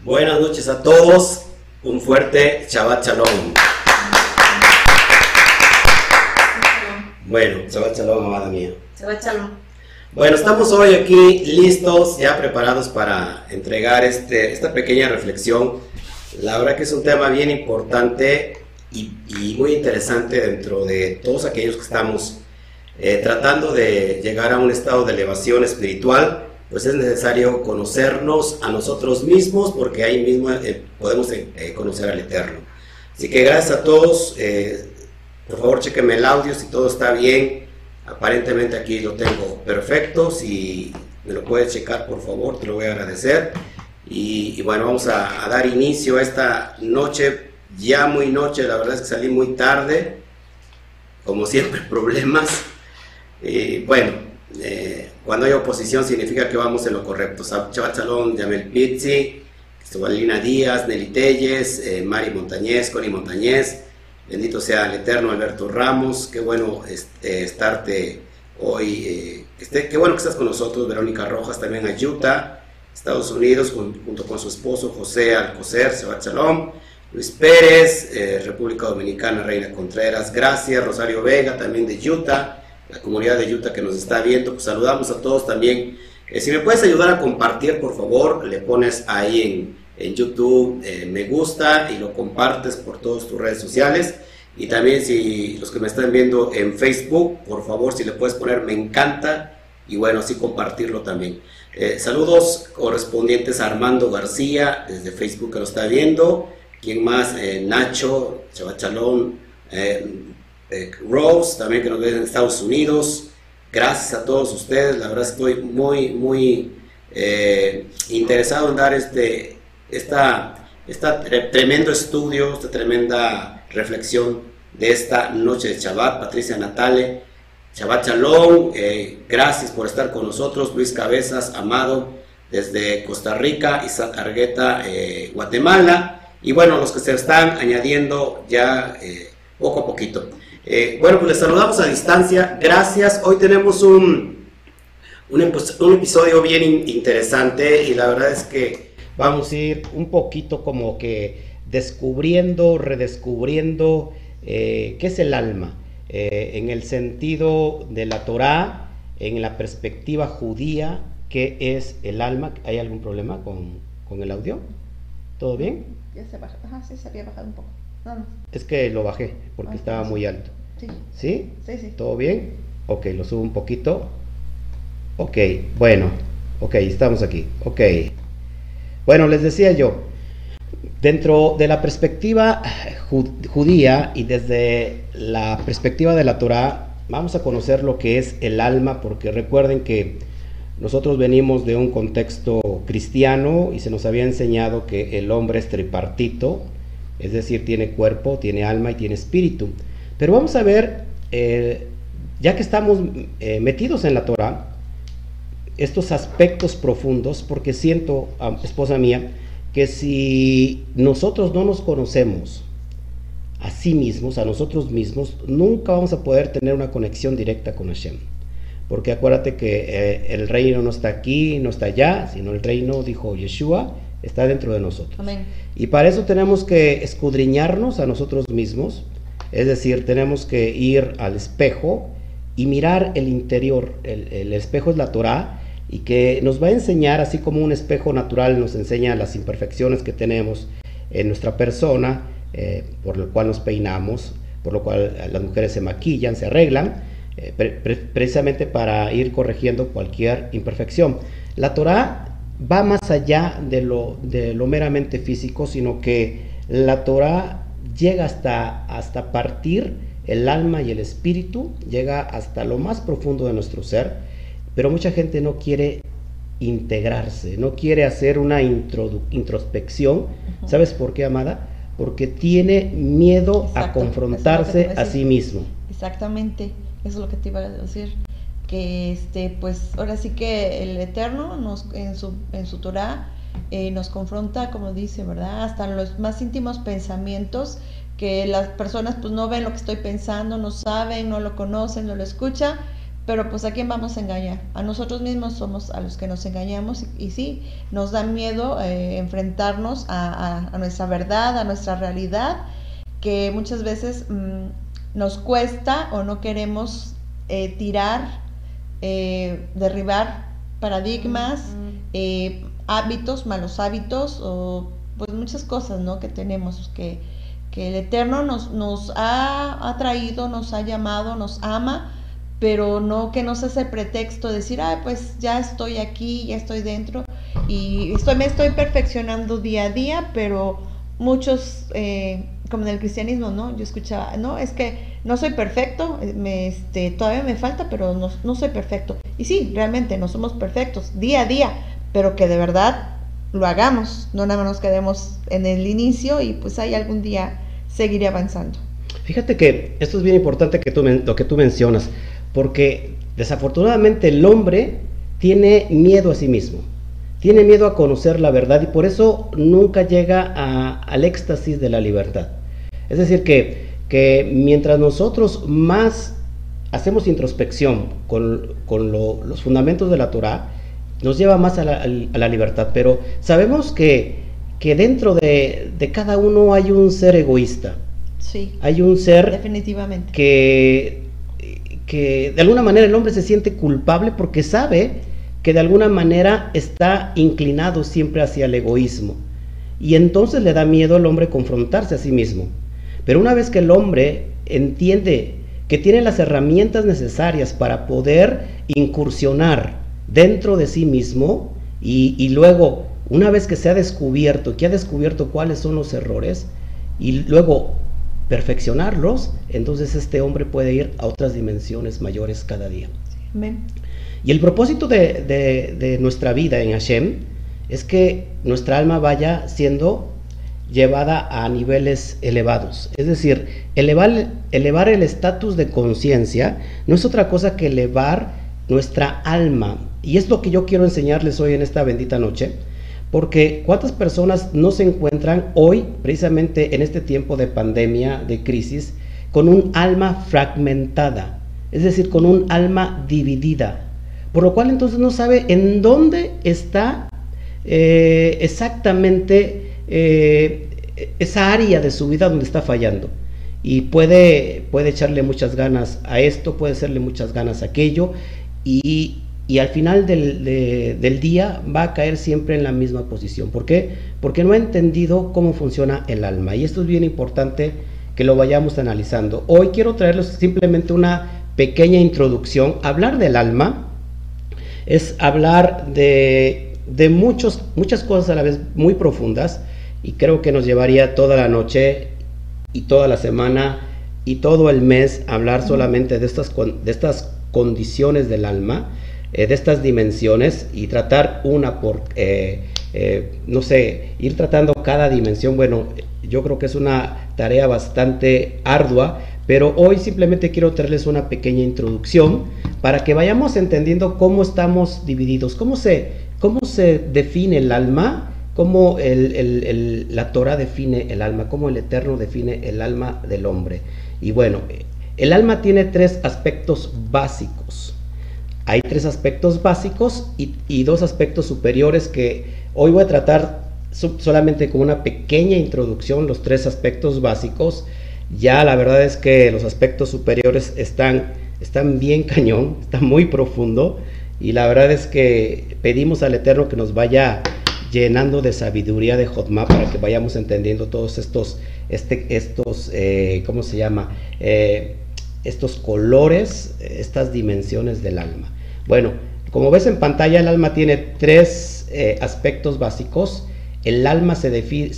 Buenas noches a todos, un fuerte Shabbat Shalom. Bueno, Shabbat Shalom, amada mía. Shabbat Shalom. Bueno, estamos hoy aquí listos, ya preparados para entregar esta pequeña reflexión. La verdad que es un tema bien importante y muy interesante dentro de todos aquellos que estamos tratando de llegar a un estado de elevación espiritual. Pues es necesario conocernos a nosotros mismos, porque ahí mismo podemos conocer al Eterno. Así que gracias a todos. Por favor, chequenme el audio si todo está bien. Aparentemente aquí lo tengo perfecto. Si me lo puedes checar, por favor, te lo voy a agradecer. Y bueno, vamos a dar inicio a esta noche, ya muy noche. La verdad es que salí muy tarde, como siempre, problemas. Bueno, cuando hay oposición significa que vamos en lo correcto. Shabbat Shalom, Yamel Pizzi, Cristobalina Díaz, Nelly Telles, Mari Montañez, Connie Montañez. Bendito sea el Eterno, Alberto Ramos. Qué bueno estarte hoy. Qué bueno que estás con nosotros. Verónica Rojas, también a Utah, Estados Unidos, junto con su esposo José Alcocer. Shabbat Shalom. Luis Pérez, República Dominicana, Reina Contreras. Gracias. Rosario Vega, también de Utah. La comunidad de Utah que nos está viendo, pues saludamos a todos también. Si me puedes ayudar a compartir, por favor, le pones ahí en YouTube me gusta y lo compartes por todas tus redes sociales. Y también si los que me están viendo en Facebook, por favor, si le puedes poner me encanta y bueno, así compartirlo también. Saludos correspondientes a Armando García desde Facebook que nos está viendo. ¿Quién más? Nacho, Shabbat Shalom. Rose, también que nos ven en Estados Unidos. Gracias a todos ustedes. La verdad estoy muy interesado en dar este tremendo estudio, esta tremenda reflexión de esta noche de Shabbat. Patricia Natale, Shabbat Shalom, gracias por estar con nosotros. Luis Cabezas, Amado desde Costa Rica, Isaac Argueta, Guatemala, y bueno, los que se están añadiendo ya poco a poquito. Bueno, pues les saludamos a distancia. Gracias. Hoy tenemos un episodio bien interesante y la verdad es que vamos a ir un poquito como que redescubriendo qué es el alma en el sentido de la Torá, en la perspectiva judía, qué es el alma. ¿Hay algún problema con el audio? ¿Todo bien? Ya se bajó. Ajá, sí, se había bajado un poco. No. Es que lo bajé porque estaba muy alto. Sí. ¿Sí? Sí. ¿Todo bien? Ok, lo subo un poquito. Ok, bueno. Ok, estamos aquí. Ok. Bueno, les decía yo, dentro de la perspectiva judía y desde la perspectiva de la Torá, vamos a conocer lo que es el alma, porque recuerden que nosotros venimos de un contexto cristiano y se nos había enseñado que el hombre es tripartito, es decir, tiene cuerpo, tiene alma y tiene espíritu. Pero vamos a ver, ya que estamos metidos en la Torá, estos aspectos profundos, porque siento, esposa mía, que si nosotros no nos conocemos a sí mismos, a nosotros mismos, nunca vamos a poder tener una conexión directa con Hashem. Porque acuérdate que el reino no está aquí, no está allá, sino el reino, dijo Yeshua, está dentro de nosotros. Amén. Y para eso tenemos que escudriñarnos a nosotros mismos, es decir, tenemos que ir al espejo y mirar el interior. El espejo es la Torá, y que nos va a enseñar, así como un espejo natural nos enseña las imperfecciones que tenemos en nuestra persona, por lo cual nos peinamos, por lo cual las mujeres se maquillan, se arreglan, precisamente para ir corrigiendo cualquier imperfección. La Torá va más allá de lo meramente físico, sino que la Torá llega hasta partir el alma y el espíritu, llega hasta lo más profundo de nuestro ser, pero mucha gente no quiere integrarse, no quiere hacer una introspección. ¿Sabes por qué, amada? Porque tiene miedo a confrontarse a sí mismo. Exactamente, eso es lo que te iba a decir, que pues ahora sí que el Eterno en su Torá nos confronta, como dice, ¿verdad? Hasta los más íntimos pensamientos, que las personas pues no ven lo que estoy pensando, no saben, no lo conocen, no lo escuchan, pero pues ¿a quién vamos a engañar? A nosotros mismos somos a los que nos engañamos y sí, nos da miedo enfrentarnos a nuestra verdad, a nuestra realidad, que muchas veces nos cuesta o no queremos tirar, derribar paradigmas, hábitos, malos hábitos o pues muchas cosas, ¿no? Que tenemos, que el Eterno nos ha traído, nos ha llamado, nos ama, pero no que no sea ese pretexto de decir, ay, pues ya estoy aquí, ya estoy dentro y me estoy perfeccionando día a día, pero muchos, como en el cristianismo, ¿no? Yo escuchaba, no, es que no soy perfecto, todavía me falta, pero no soy perfecto. Y sí, realmente no somos perfectos día a día, pero que de verdad lo hagamos, no nada más nos quedemos en el inicio y pues ahí algún día seguiré avanzando. Fíjate que esto es bien importante lo que tú mencionas, porque desafortunadamente el hombre tiene miedo a sí mismo, tiene miedo a conocer la verdad y por eso nunca llega al éxtasis de la libertad. Es decir, que mientras nosotros más hacemos introspección con los fundamentos de la Torah, nos lleva más a la libertad, pero sabemos que dentro de cada uno hay un ser egoísta. Sí, hay un ser definitivamente que de alguna manera el hombre se siente culpable porque sabe que de alguna manera está inclinado siempre hacia el egoísmo y entonces le da miedo al hombre confrontarse a sí mismo. Pero una vez que el hombre entiende que tiene las herramientas necesarias para poder incursionar dentro de sí mismo y luego una vez que se ha descubierto, cuáles son los errores y luego perfeccionarlos, entonces este hombre puede ir a otras dimensiones mayores cada día. Amén. Y el propósito de nuestra vida en Hashem es que nuestra alma vaya siendo llevada a niveles elevados. Es decir, elevar el estatus de conciencia no es otra cosa que elevar nuestra alma. Y es lo que yo quiero enseñarles hoy en esta bendita noche. Porque ¿cuántas personas no se encuentran hoy, precisamente en este tiempo de pandemia, de crisis, con un alma fragmentada? Es decir, con un alma dividida. Por lo cual entonces no sabe en dónde está exactamente esa área de su vida donde está fallando. Y puede echarle muchas ganas a esto, puede hacerle muchas ganas a aquello, y al final del día va a caer siempre en la misma posición. ¿Por qué? Porque no ha entendido cómo funciona el alma. Y esto es bien importante que lo vayamos analizando. Hoy quiero traerles simplemente una pequeña introducción. Hablar del alma es hablar de muchas cosas a la vez muy profundas, y creo que nos llevaría toda la noche y toda la semana y todo el mes hablar solamente de estas condiciones del alma, de estas dimensiones, y tratar una por, no sé, ir tratando cada dimensión. Bueno, yo creo que es una tarea bastante ardua, pero hoy simplemente quiero traerles una pequeña introducción para que vayamos entendiendo cómo estamos divididos, cómo se define el alma, cómo la Torah define el alma, cómo el Eterno define el alma del hombre. Y bueno, el alma tiene tres aspectos básicos. Hay tres aspectos básicos y dos aspectos superiores que hoy voy a tratar solamente con una pequeña introducción, los tres aspectos básicos. Ya la verdad es que los aspectos superiores están bien cañón, están muy profundo, y la verdad es que pedimos al Eterno que nos vaya llenando de sabiduría de Jotma para que vayamos entendiendo todos estos ¿cómo se llama? Estos colores, estas dimensiones del alma. Bueno, como ves en pantalla, el alma tiene tres aspectos básicos. El alma se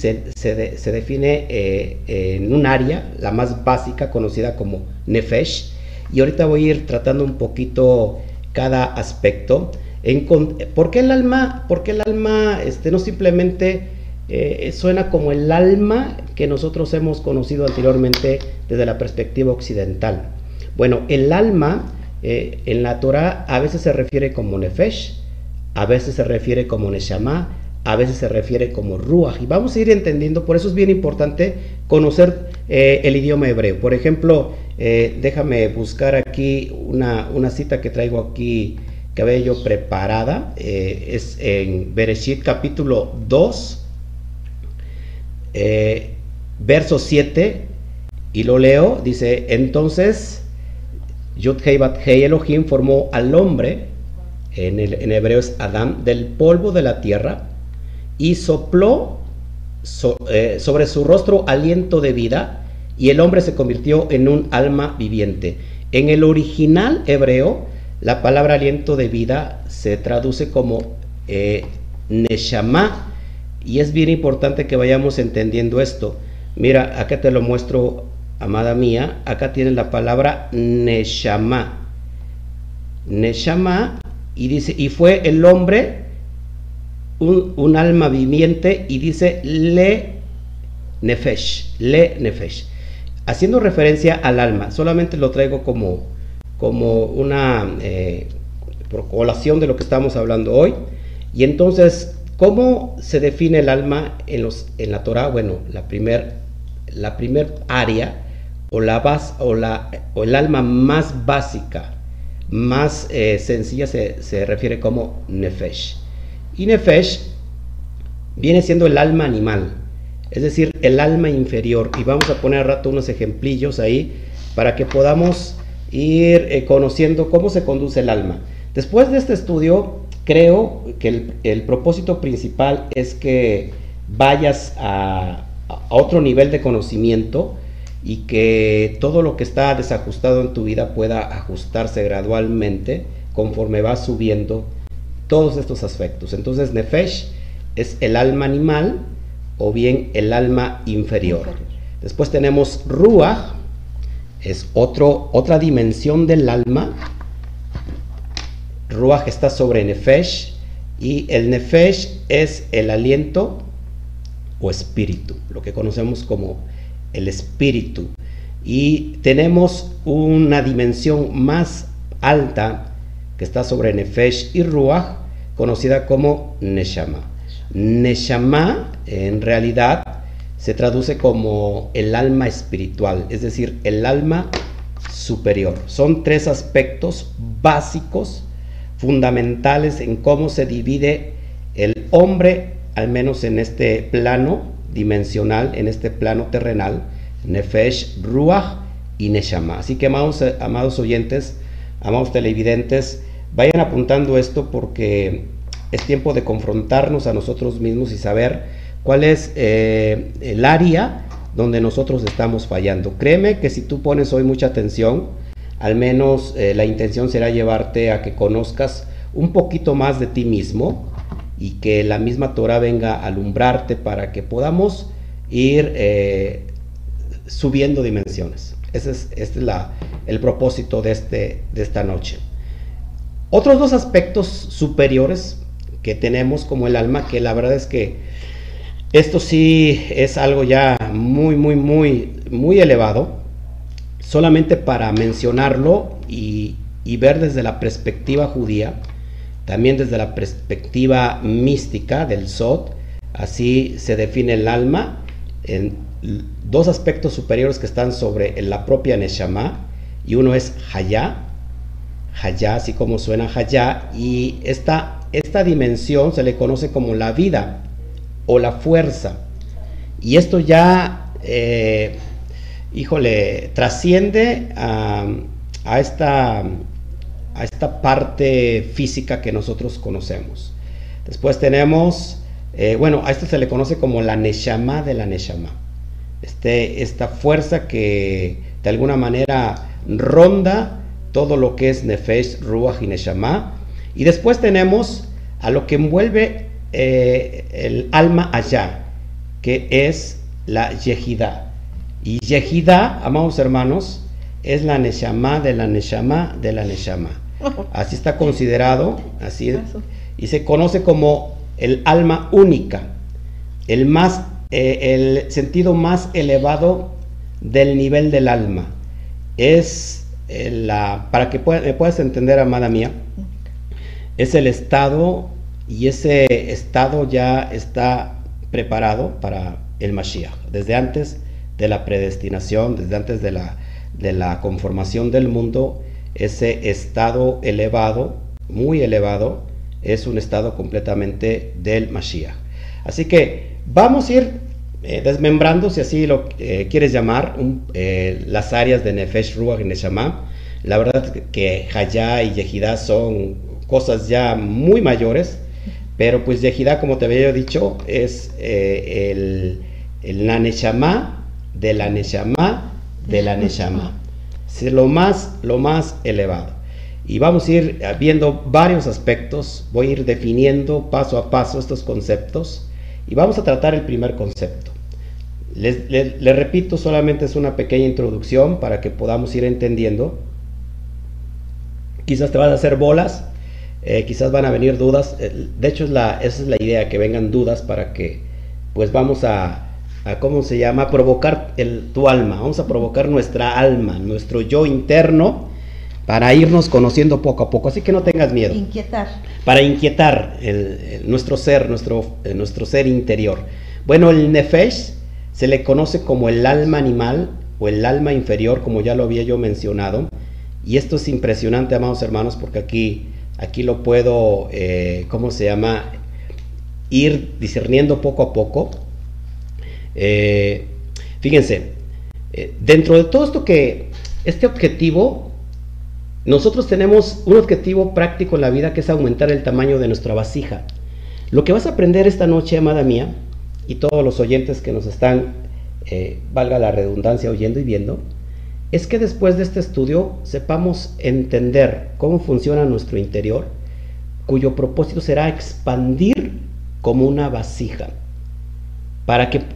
define en un área, la más básica, conocida como Nefesh, y ahorita voy a ir tratando un poquito cada aspecto. ¿Por qué el alma no simplemente suena como el alma que nosotros hemos conocido anteriormente desde la perspectiva occidental? Bueno, el alma en la Torah a veces se refiere como Nefesh, a veces se refiere como Neshama, a veces se refiere como ruaj. Y vamos a ir entendiendo, por eso es bien importante conocer el idioma hebreo. Por ejemplo, déjame buscar aquí una cita que traigo aquí, que había yo preparada. Es en Bereshit capítulo 2, verso 7, y lo leo. Dice: entonces Yud-Hei Bat-Hei Elohim formó al hombre, en hebreo es Adán, del polvo de la tierra, y sopló sobre su rostro aliento de vida, y el hombre se convirtió en un alma viviente. En el original hebreo, la palabra aliento de vida se traduce como neshama, y es bien importante que vayamos entendiendo esto. Mira, acá te lo muestro, amada mía. Acá tienes la palabra neshama. Neshama, y dice, y fue el hombre un alma viviente, y dice le nefesh, haciendo referencia al alma. Solamente lo traigo como una colación de lo que estamos hablando hoy. Y entonces, ¿cómo se define el alma en la Torah? Bueno, la primer área, o el alma más básica, más sencilla, se refiere como nefesh. Y nefesh viene siendo el alma animal, es decir, el alma inferior. Y vamos a poner al rato unos ejemplillos ahí para que podamos ir conociendo cómo se conduce el alma. Después de este estudio, creo que el propósito principal es que vayas a otro nivel de conocimiento, y que todo lo que está desajustado en tu vida pueda ajustarse gradualmente conforme vas subiendo todos estos aspectos. Entonces, nefesh es el alma animal, o bien el alma inferior. Después tenemos ruach, es otra dimensión del alma. Ruach está sobre nefesh, y el nefesh es el aliento o espíritu, lo que conocemos como el espíritu. Y tenemos una dimensión más alta que está sobre nefesh y ruach, conocida como neshama. Neshama en realidad se traduce como el alma espiritual, es decir, el alma superior. Son tres aspectos básicos, fundamentales en cómo se divide el hombre, al menos en este plano dimensional, en este plano terrenal: nefesh, ruach y neshama. Así que, amados oyentes, amados televidentes, vayan apuntando esto, porque es tiempo de confrontarnos a nosotros mismos y saber cuál es el área donde nosotros estamos fallando. Créeme que si tú pones hoy mucha atención, al menos la intención será llevarte a que conozcas un poquito más de ti mismo, y que la misma Torah venga a alumbrarte para que podamos ir subiendo dimensiones. Este es el propósito de esta noche. Otros dos aspectos superiores que tenemos como el alma, que la verdad es que esto sí es algo ya muy elevado, solamente para mencionarlo y ver desde la perspectiva judía, también desde la perspectiva mística del Sod. Así se define el alma en dos aspectos superiores que están sobre la propia neshama, y uno es hayá, así como suena hayá, y esta dimensión se le conoce como la vida o la fuerza. Y esto ya trasciende a esta parte física que nosotros conocemos. Después tenemos, a esto se le conoce como la neshama de la neshama. Esta fuerza que de alguna manera ronda todo lo que es nefesh, ruach y neshama. Y después tenemos a lo que envuelve el alma allá, que es la yehidá. Y yehidá, amados hermanos, es la neshama de la neshama de la neshama. Así está considerado, así, y se conoce como el alma única, el sentido más elevado del nivel del alma. Es para que me puedas entender, amada mía, es el estado y ese estado ya está preparado para el Mashiach, desde antes de la predestinación, desde antes de la conformación del mundo. Ese estado elevado, muy elevado, es un estado completamente del Mashiach. Así que vamos a ir desmembrando, si así lo quieres llamar, las áreas de Nefesh, Ruach y Neshama. La verdad que Hayá y Yehidá son cosas ya muy mayores, pero pues Yehidá, como te había dicho, es la Neshama de la Neshama de la Neshama. Es lo más elevado. Y vamos a ir viendo varios aspectos. Voy a ir definiendo paso a paso estos conceptos y vamos a tratar el primer concepto. Les repito, solamente es una pequeña introducción para que podamos ir entendiendo. Quizás te vas a hacer bolas, quizás van a venir dudas. De hecho, esa es la idea, que vengan dudas para que pues vamos a ¿cómo se llama? Provocar tu alma. Vamos a provocar nuestra alma, nuestro yo interno, para irnos conociendo poco a poco. Así que no tengas miedo. Inquietar. Para inquietar nuestro ser, nuestro ser interior. Bueno, el Nefesh se le conoce como el alma animal o el alma inferior, como ya lo había yo mencionado. Y esto es impresionante, amados hermanos, porque aquí lo puedo, ¿cómo se llama? Ir discerniendo poco a poco. Fíjense, dentro de todo esto este objetivo, nosotros tenemos un objetivo práctico en la vida, que es aumentar el tamaño de nuestra vasija. Lo que vas a aprender esta noche, amada mía, y todos los oyentes que nos están, valga la redundancia, oyendo y viendo, es que después de este estudio sepamos entender cómo funciona nuestro interior, cuyo propósito será expandir como una vasija. Para que,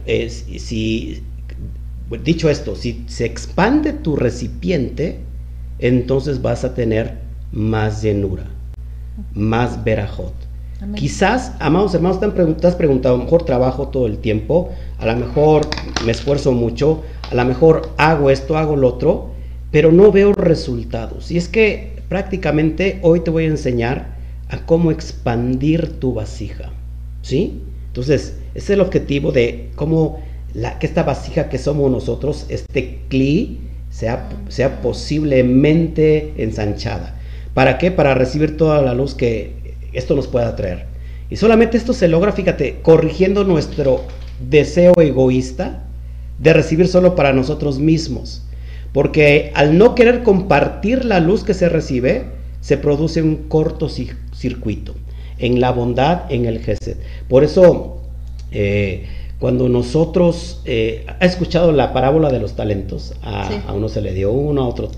dicho esto, si se expande tu recipiente, entonces vas a tener más llenura, más verajot. Amén. Quizás, amados hermanos, te has preguntado, a lo mejor trabajo todo el tiempo, a lo mejor me esfuerzo mucho, a lo mejor hago esto, hago lo otro, pero no veo resultados. Y es que prácticamente hoy te voy a enseñar a cómo expandir tu vasija, ¿sí? Entonces, ese es el objetivo de cómo que esta vasija que somos nosotros, este cli, sea posiblemente ensanchada. ¿Para qué? Para recibir toda la luz que esto nos pueda traer. Y solamente esto se logra, fíjate, corrigiendo nuestro deseo egoísta de recibir solo para nosotros mismos. Porque al no querer compartir la luz que se recibe, se produce un cortocircuito en la bondad, en el Gesed. Por eso, cuando nosotros, ¿ha escuchado la parábola de los talentos? A uno se le dio uno, a otro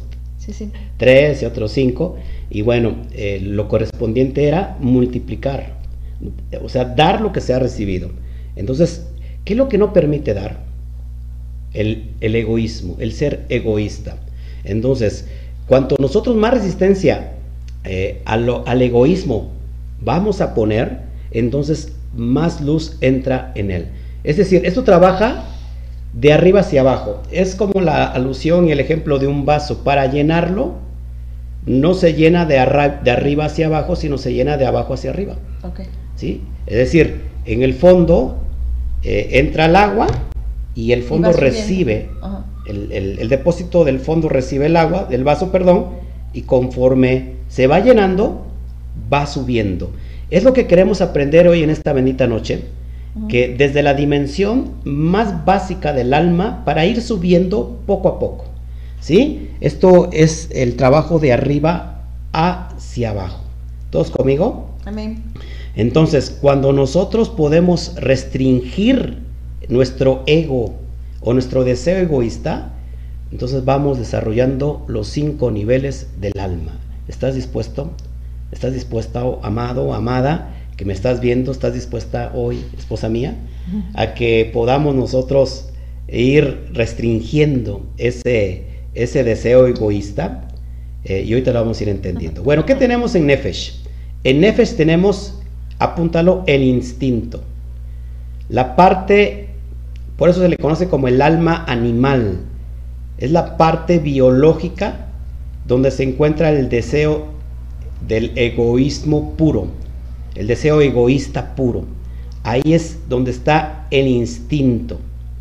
3 y a otro 5. Y bueno, lo correspondiente era multiplicar, o sea, dar lo que se ha recibido. Entonces, ¿qué es lo que no permite dar? El egoísmo, el ser egoísta. Entonces, cuanto nosotros más resistencia al egoísmo vamos a poner, entonces más luz entra en él. Es decir, esto trabaja de arriba hacia abajo. Es como la alusión y el ejemplo de un vaso. Para llenarlo, no se llena de arriba hacia abajo, sino se llena de abajo hacia arriba. Okay. ¿Sí? Es decir, en el fondo entra el agua y el fondo recibe, el depósito del fondo recibe el agua, del vaso, perdón, y conforme se va llenando, va subiendo. Es lo que queremos aprender hoy en esta bendita noche, que desde la dimensión más básica del alma, para ir subiendo poco a poco, ¿sí? Esto es el trabajo de arriba hacia abajo. ¿Todos conmigo? Amén. Entonces, cuando nosotros podemos restringir nuestro ego o nuestro deseo egoísta, entonces vamos desarrollando los 5 niveles del alma. ¿Estás dispuesto? ¿Estás dispuesta, amado, amada, que me estás viendo? ¿Estás dispuesta hoy, esposa mía, a que podamos nosotros ir restringiendo ese deseo egoísta? Y hoy te lo vamos a ir entendiendo. Bueno, ¿qué tenemos en Nefesh? En Nefesh tenemos, apúntalo, el instinto. La parte, por eso se le conoce como el alma animal. Es la parte biológica donde se encuentra el deseo del egoísmo puro. el deseo egoísta puro. Ahí es donde está el instinto.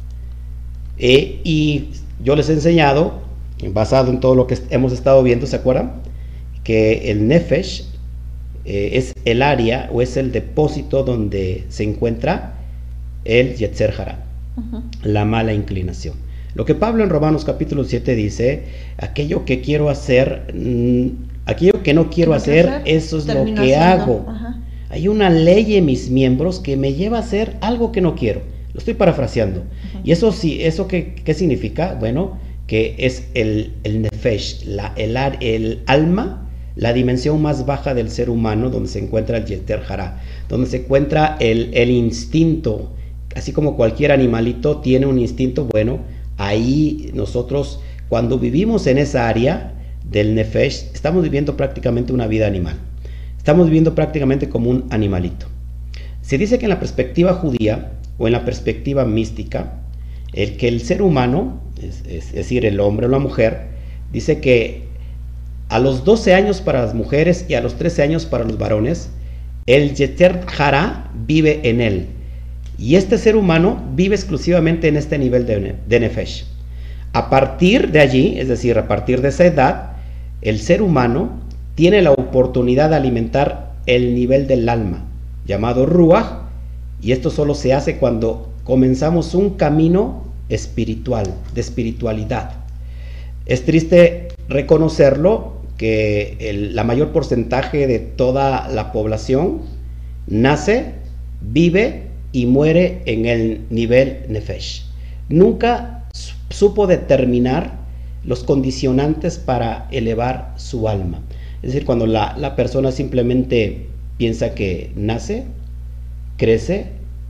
Y yo les he enseñado, basado en todo lo que hemos estado viendo, ¿se acuerdan? Que el nefesh es el área o es el depósito donde se encuentra el Yetzer Hara, la mala inclinación. Lo que Pablo en Romanos capítulo 7 dice, aquello que quiero hacer, aquello que no quiero hacer, eso es lo que hago. Hay una ley en mis miembros que me lleva a hacer algo que no quiero. Lo estoy parafraseando. Y eso sí, ¿eso qué significa? Bueno, que es el nefesh, el alma, la dimensión más baja del ser humano, donde se encuentra el Yetzer Hara, donde se encuentra el instinto. Así como cualquier animalito tiene un instinto, bueno, ahí nosotros, cuando vivimos en esa área del nefesh, estamos viviendo prácticamente una vida animal. Estamos viviendo prácticamente como un animalito. Se dice que en la perspectiva judía o en la perspectiva mística, el ser humano, es decir, el hombre o la mujer, dice que a los 12 años para las mujeres y a los 13 años para los varones, el Yetzer Hara vive en él. Y este ser humano vive exclusivamente en este nivel de nefesh. A partir de allí, es decir, a partir de esa edad, el ser humano tiene la oportunidad de alimentar el nivel del alma, llamado ruach, y esto solo se hace cuando comenzamos un camino espiritual, de espiritualidad. Es triste reconocerlo, que la mayor porcentaje de toda la población nace, vive y muere en el nivel nefesh. Nunca supo determinar los condicionantes para elevar su alma. Es decir, cuando la persona simplemente piensa que nace, crece,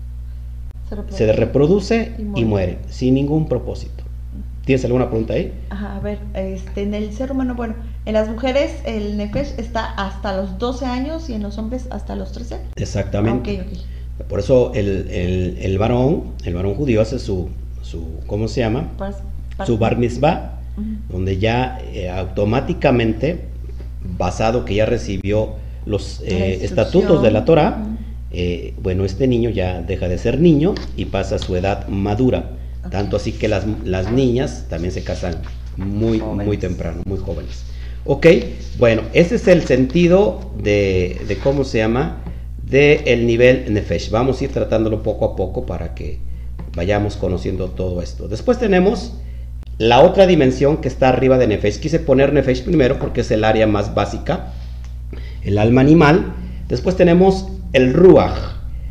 se reproduce y muere, sin ningún propósito. ¿Tienes alguna pregunta ahí? Ajá, a ver, en el ser humano, bueno, en las mujeres el nefesh está hasta los 12 años y en los hombres hasta los 13. Exactamente. Okay. Por eso el varón judío hace su ¿cómo se llama? Su bar mitzvah, donde ya automáticamente, basado que ya recibió los estatutos de la Torah, bueno, este niño ya deja de ser niño y pasa a su edad madura. Tanto así que las niñas también se casan muy temprano, muy jóvenes. Ok, bueno, ese es el sentido de ¿cómo se llama? Del nivel nefesh. Vamos a ir tratándolo poco a poco para que vayamos conociendo todo esto. Después tenemos la otra dimensión que está arriba de nefesh. Quise poner nefesh primero porque es el área más básica, el alma animal. Después tenemos el ruach,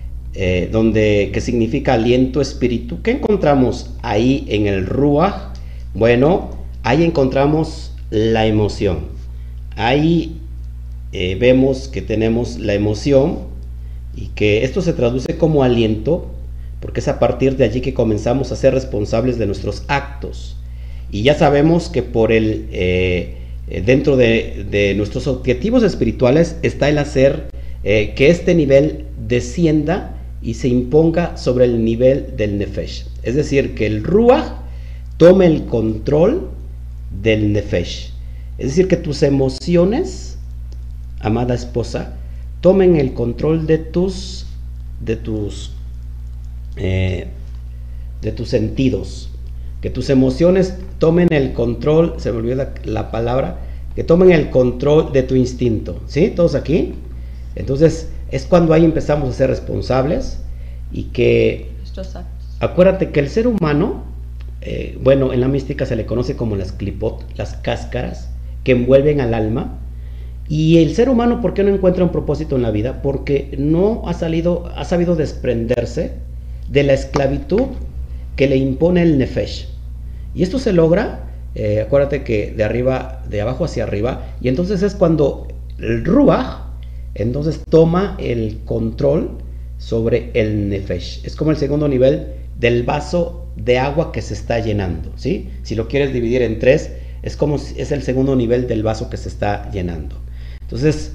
que significa aliento, espíritu. ¿Qué encontramos ahí en el ruach? Bueno, ahí encontramos la emoción. Ahí vemos que tenemos la emoción y que esto se traduce como aliento, porque es a partir de allí que comenzamos a ser responsables de nuestros actos. Y ya sabemos que por dentro de nuestros objetivos espirituales está el hacer que este nivel descienda y se imponga sobre el nivel del nefesh. Es decir, que el ruach tome el control del nefesh. Es decir, que tus emociones, amada esposa, tomen el control de tus sentidos. Que tus emociones tomen el control, se me olvidó la palabra, que tomen el control de tu instinto. ¿Sí? ¿Todos aquí? Entonces, es cuando ahí empezamos a ser responsables y que, acuérdate que el ser humano, bueno, en la mística se le conoce como las clipot, las cáscaras que envuelven al alma. Y el ser humano, ¿por qué no encuentra un propósito en la vida? Porque no ha sabido desprenderse de la esclavitud que le impone el nefesh. Y esto se logra, acuérdate que de abajo hacia arriba, y entonces es cuando el ruach entonces toma el control sobre el nefesh. Es como el segundo nivel del vaso de agua que se está llenando, ¿sí? Si lo quieres dividir en tres, es el segundo nivel del vaso que se está llenando. Entonces,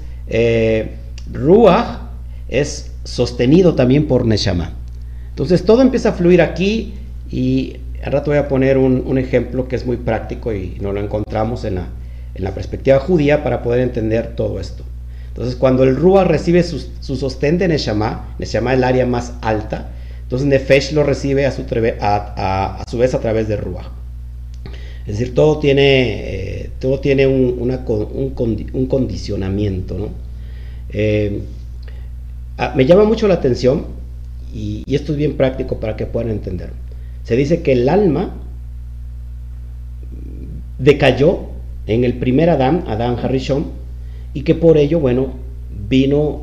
ruach es sostenido también por neshama. Entonces, todo empieza a fluir aquí y al rato voy a poner un ejemplo que es muy práctico y no lo encontramos en la perspectiva judía para poder entender todo esto. Entonces, cuando el Ruach recibe su sostén de Neshama es el área más alta, entonces Nefesh lo recibe a su vez a través de Ruach. Es decir, todo tiene un condicionamiento, ¿no? Me llama mucho la atención, y esto es bien práctico para que puedan entender. Se dice que el alma decayó en el primer Adán Harishon, y que por ello, bueno, vino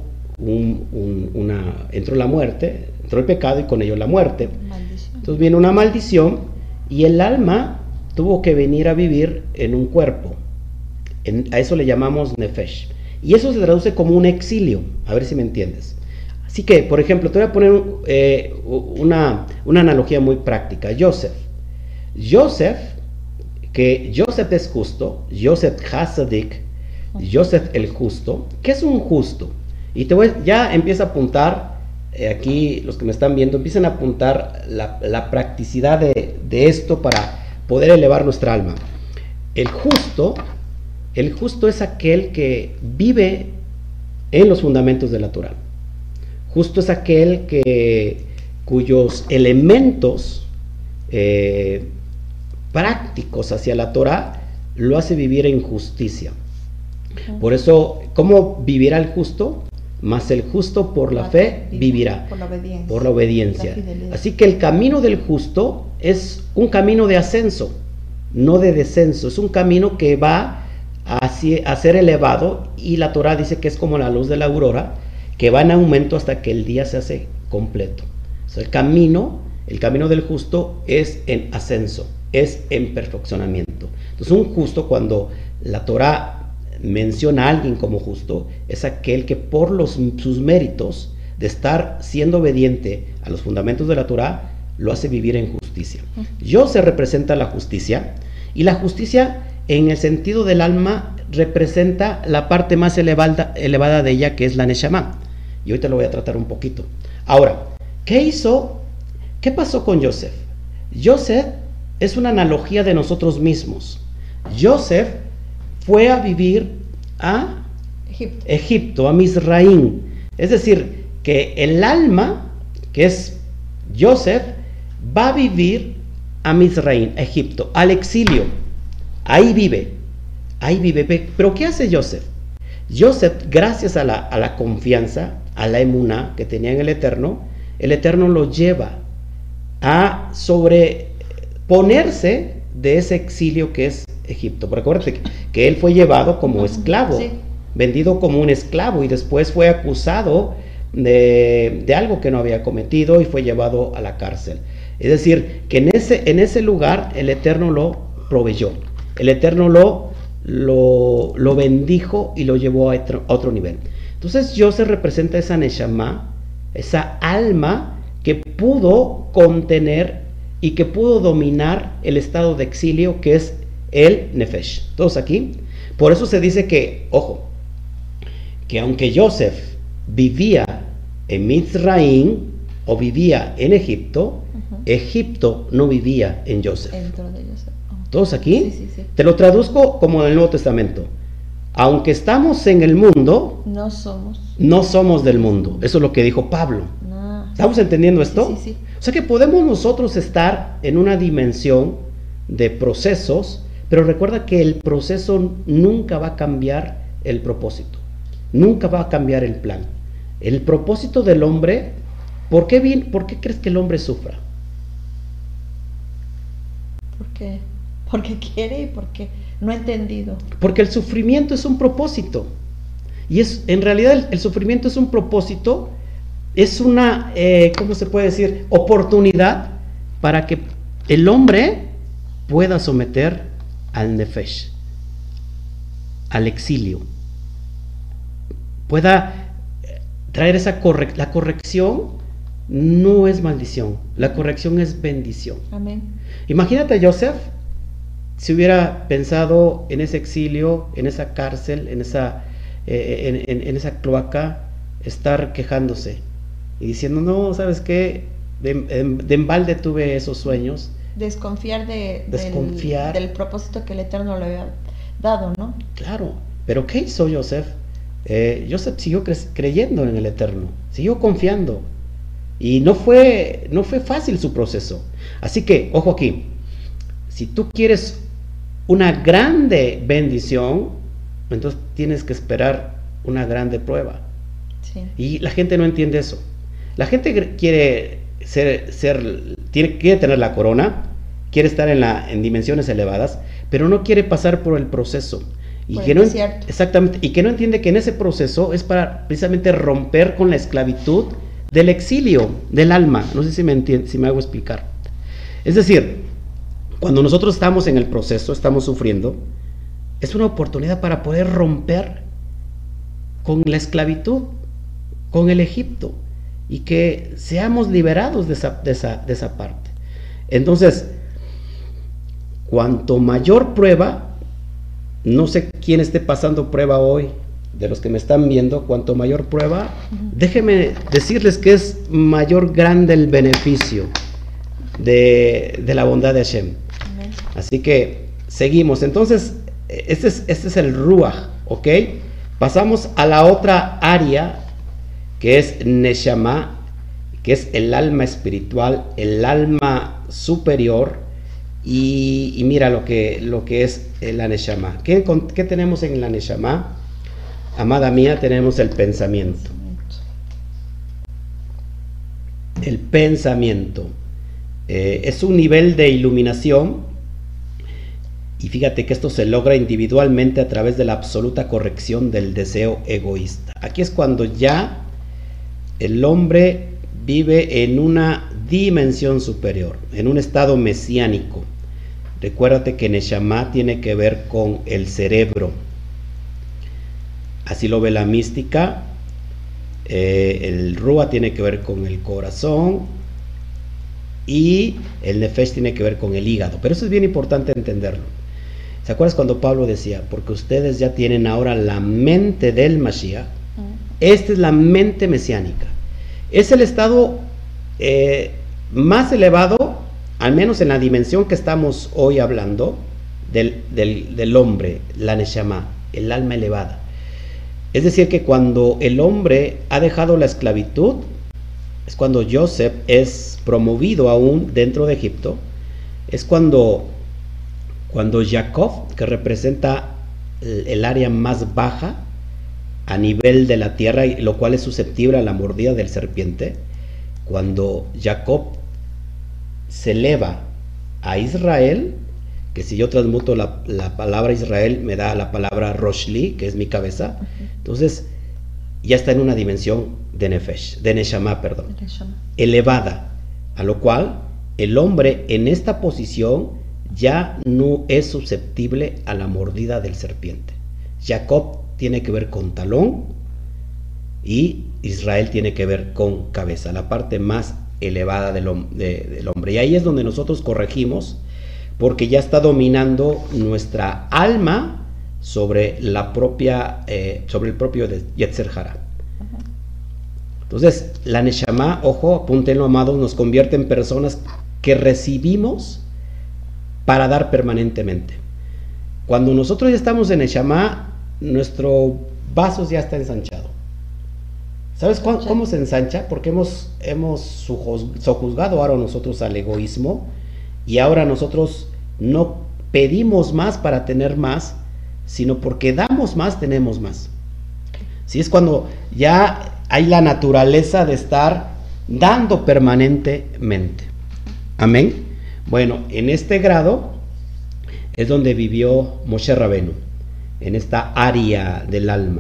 entró la muerte, entró el pecado y con ello la muerte. Maldición. Entonces viene una maldición y el alma tuvo que venir a vivir en un cuerpo. A eso le llamamos Nefesh. Y eso se traduce como un exilio, a ver si me entiendes. Así que, por ejemplo, te voy a poner una analogía muy práctica. Joseph, que Joseph es justo, Joseph Hasadik, Joseph el justo. ¿Qué es un justo? Y ya empieza a apuntar, aquí los que me están viendo, empiezan a apuntar la practicidad de esto para poder elevar nuestra alma. El justo es aquel que vive en los fundamentos de la Torah. Justo es aquel cuyos elementos prácticos hacia la Torah lo hace vivir en justicia. Por eso, ¿cómo vivirá el justo? Mas el justo por la fe vivirá. Por la obediencia. Así que el camino del justo es un camino de ascenso, no de descenso. Es un camino que va a ser elevado, y la Torah dice que es como la luz de la aurora, que va en aumento hasta que el día se hace completo. O sea, el camino del justo es en ascenso, es en perfeccionamiento. Entonces, un justo, cuando la Torah menciona a alguien como justo, es aquel que por sus méritos de estar siendo obediente a los fundamentos de la Torah, lo hace vivir en justicia. Joseph representa la justicia, y la justicia en el sentido del alma representa la parte más elevada de ella, que es la Neshama. Y ahorita lo voy a tratar un poquito. Ahora, ¿qué pasó con Joseph? Joseph es una analogía de nosotros mismos. Joseph fue a vivir a Egipto, a Mizraim. Es decir, que el alma, que es Joseph, va a vivir a Mizraim, a Egipto, al exilio. Ahí vive. Pero ¿qué hace Joseph? Joseph, gracias a la confianza, a la emuná que tenía en el Eterno lo lleva a sobreponerse de ese exilio que es Egipto. Porque acuérdate que él fue llevado como esclavo, sí, vendido como un esclavo, y después fue acusado de algo que no había cometido y fue llevado a la cárcel. Es decir, que en ese lugar el Eterno lo proveyó, el Eterno lo bendijo y lo llevó a otro nivel. Entonces Joseph representa esa Neshama, esa alma que pudo contener y que pudo dominar el estado de exilio que es el Nefesh. ¿Todos aquí? Por eso se dice que, ojo, que aunque Joseph vivía en Mizraim o vivía en Egipto, Egipto no vivía en Joseph. Dentro de Joseph. ¿Todos aquí? Sí. Te lo traduzco como en el Nuevo Testamento. Aunque estamos en el mundo, no somos del mundo. Eso es lo que dijo Pablo. No. ¿Estamos entendiendo esto? Sí. O sea que podemos nosotros estar en una dimensión de procesos, pero recuerda que el proceso nunca va a cambiar el propósito. Nunca va a cambiar el plan. El propósito del hombre, ¿por qué crees que el hombre sufra? Porque quiere y porque no ha entendido. Porque el sufrimiento es un propósito. Y en realidad el sufrimiento es un propósito, es una, ¿cómo se puede decir? Oportunidad para que el hombre pueda someter al Nefesh, al exilio. Pueda traer la corrección. No es maldición, la corrección es bendición. Amén. Imagínate a Joseph si hubiera pensado en ese exilio, en esa cárcel, en esa cloaca, estar quejándose y diciendo, no, ¿sabes qué? De embalde tuve esos sueños. Desconfiar del propósito que el Eterno le había dado, ¿no? Claro, pero ¿qué hizo Joseph? Joseph siguió creyendo en el Eterno, siguió confiando. Y no fue fácil su proceso. Así que, ojo aquí, si tú quieres una grande bendición, entonces tienes que esperar una grande prueba. Sí. Y la gente no entiende eso. La gente quiere quiere tener la corona, quiere estar en dimensiones elevadas, pero no quiere pasar por el proceso. Y que no, exactamente, y que no entiende que en ese proceso es para precisamente romper con la esclavitud del exilio del alma. No sé si me hago explicar. Es decir, cuando nosotros estamos en el proceso, estamos sufriendo, es una oportunidad para poder romper con la esclavitud, con el Egipto, y que seamos liberados de esa parte. Entonces, cuanto mayor prueba, no sé quién esté pasando prueba hoy, de los que me están viendo, cuanto mayor prueba, déjenme decirles que es mayor grande el beneficio de la bondad de Hashem. Así que seguimos. Entonces, este es el Ruach, ¿ok? Pasamos a la otra área, que es Neshama, que es el alma espiritual, el alma superior. Y mira lo que es la Neshama. ¿Qué tenemos en la Neshama? Amada mía, tenemos el pensamiento. El pensamiento es un nivel de iluminación, y fíjate que esto se logra individualmente a través de la absoluta corrección del deseo egoísta. Aquí es cuando ya el hombre vive en una dimensión superior, en un estado mesiánico. Recuérdate que Neshama tiene que ver con el cerebro. Así lo ve la mística. El Ruach tiene que ver con el corazón, y el Nefesh tiene que ver con el hígado. Pero eso es bien importante entenderlo. ¿Se acuerdas cuando Pablo decía, porque ustedes ya tienen ahora la mente del Mashiach? Esta es la mente mesiánica. Es el estado más elevado, al menos en la dimensión que estamos hoy hablando, del hombre, la Neshama, el alma elevada. Es decir, que cuando el hombre ha dejado la esclavitud, es cuando Joseph es promovido aún dentro de Egipto, es cuando Jacob, que representa el área más baja a nivel de la tierra, lo cual es susceptible a la mordida del serpiente, cuando Jacob se eleva a Israel, que si yo transmuto la palabra Israel me da la palabra Roshli, que es mi cabeza, entonces ya está en una dimensión de Neshama, elevada, a lo cual el hombre en esta posición ya no es susceptible a la mordida del serpiente. Jacob tiene que ver con talón y Israel tiene que ver con cabeza, la parte más elevada del hombre. Y ahí es donde nosotros corregimos, porque ya está dominando nuestra alma sobre el propio Yetzer Hara. Entonces, la Neshama, ojo, apúntenlo, amados, nos convierte en personas que recibimos para dar permanentemente. Cuando nosotros ya estamos en Neshama, nuestro vaso ya está ensanchado. ¿Sabes cómo se ensancha? Porque hemos sojuzgado ahora nosotros al egoísmo, y ahora nosotros no pedimos más para tener más, sino porque damos más, tenemos más. ¿Sí? Es cuando ya hay la naturaleza de estar dando permanentemente. Amén. Bueno, en este grado es donde vivió Moshe Rabenu, en esta área del alma.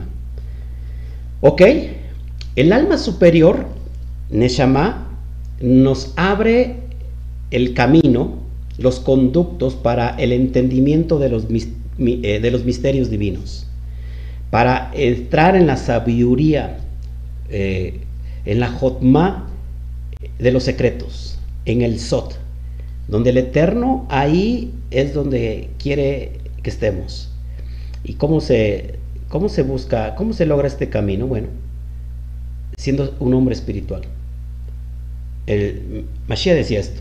Ok, el alma superior, Neshama, nos abre el camino, los conductos para el entendimiento de los misterios divinos, para entrar en la sabiduría, en la Jotma de los secretos, en el Sot, donde el Eterno, ahí es donde quiere que estemos. ¿Y cómo se busca, cómo se logra este camino? Bueno, siendo un hombre espiritual. El Mashiach decía esto: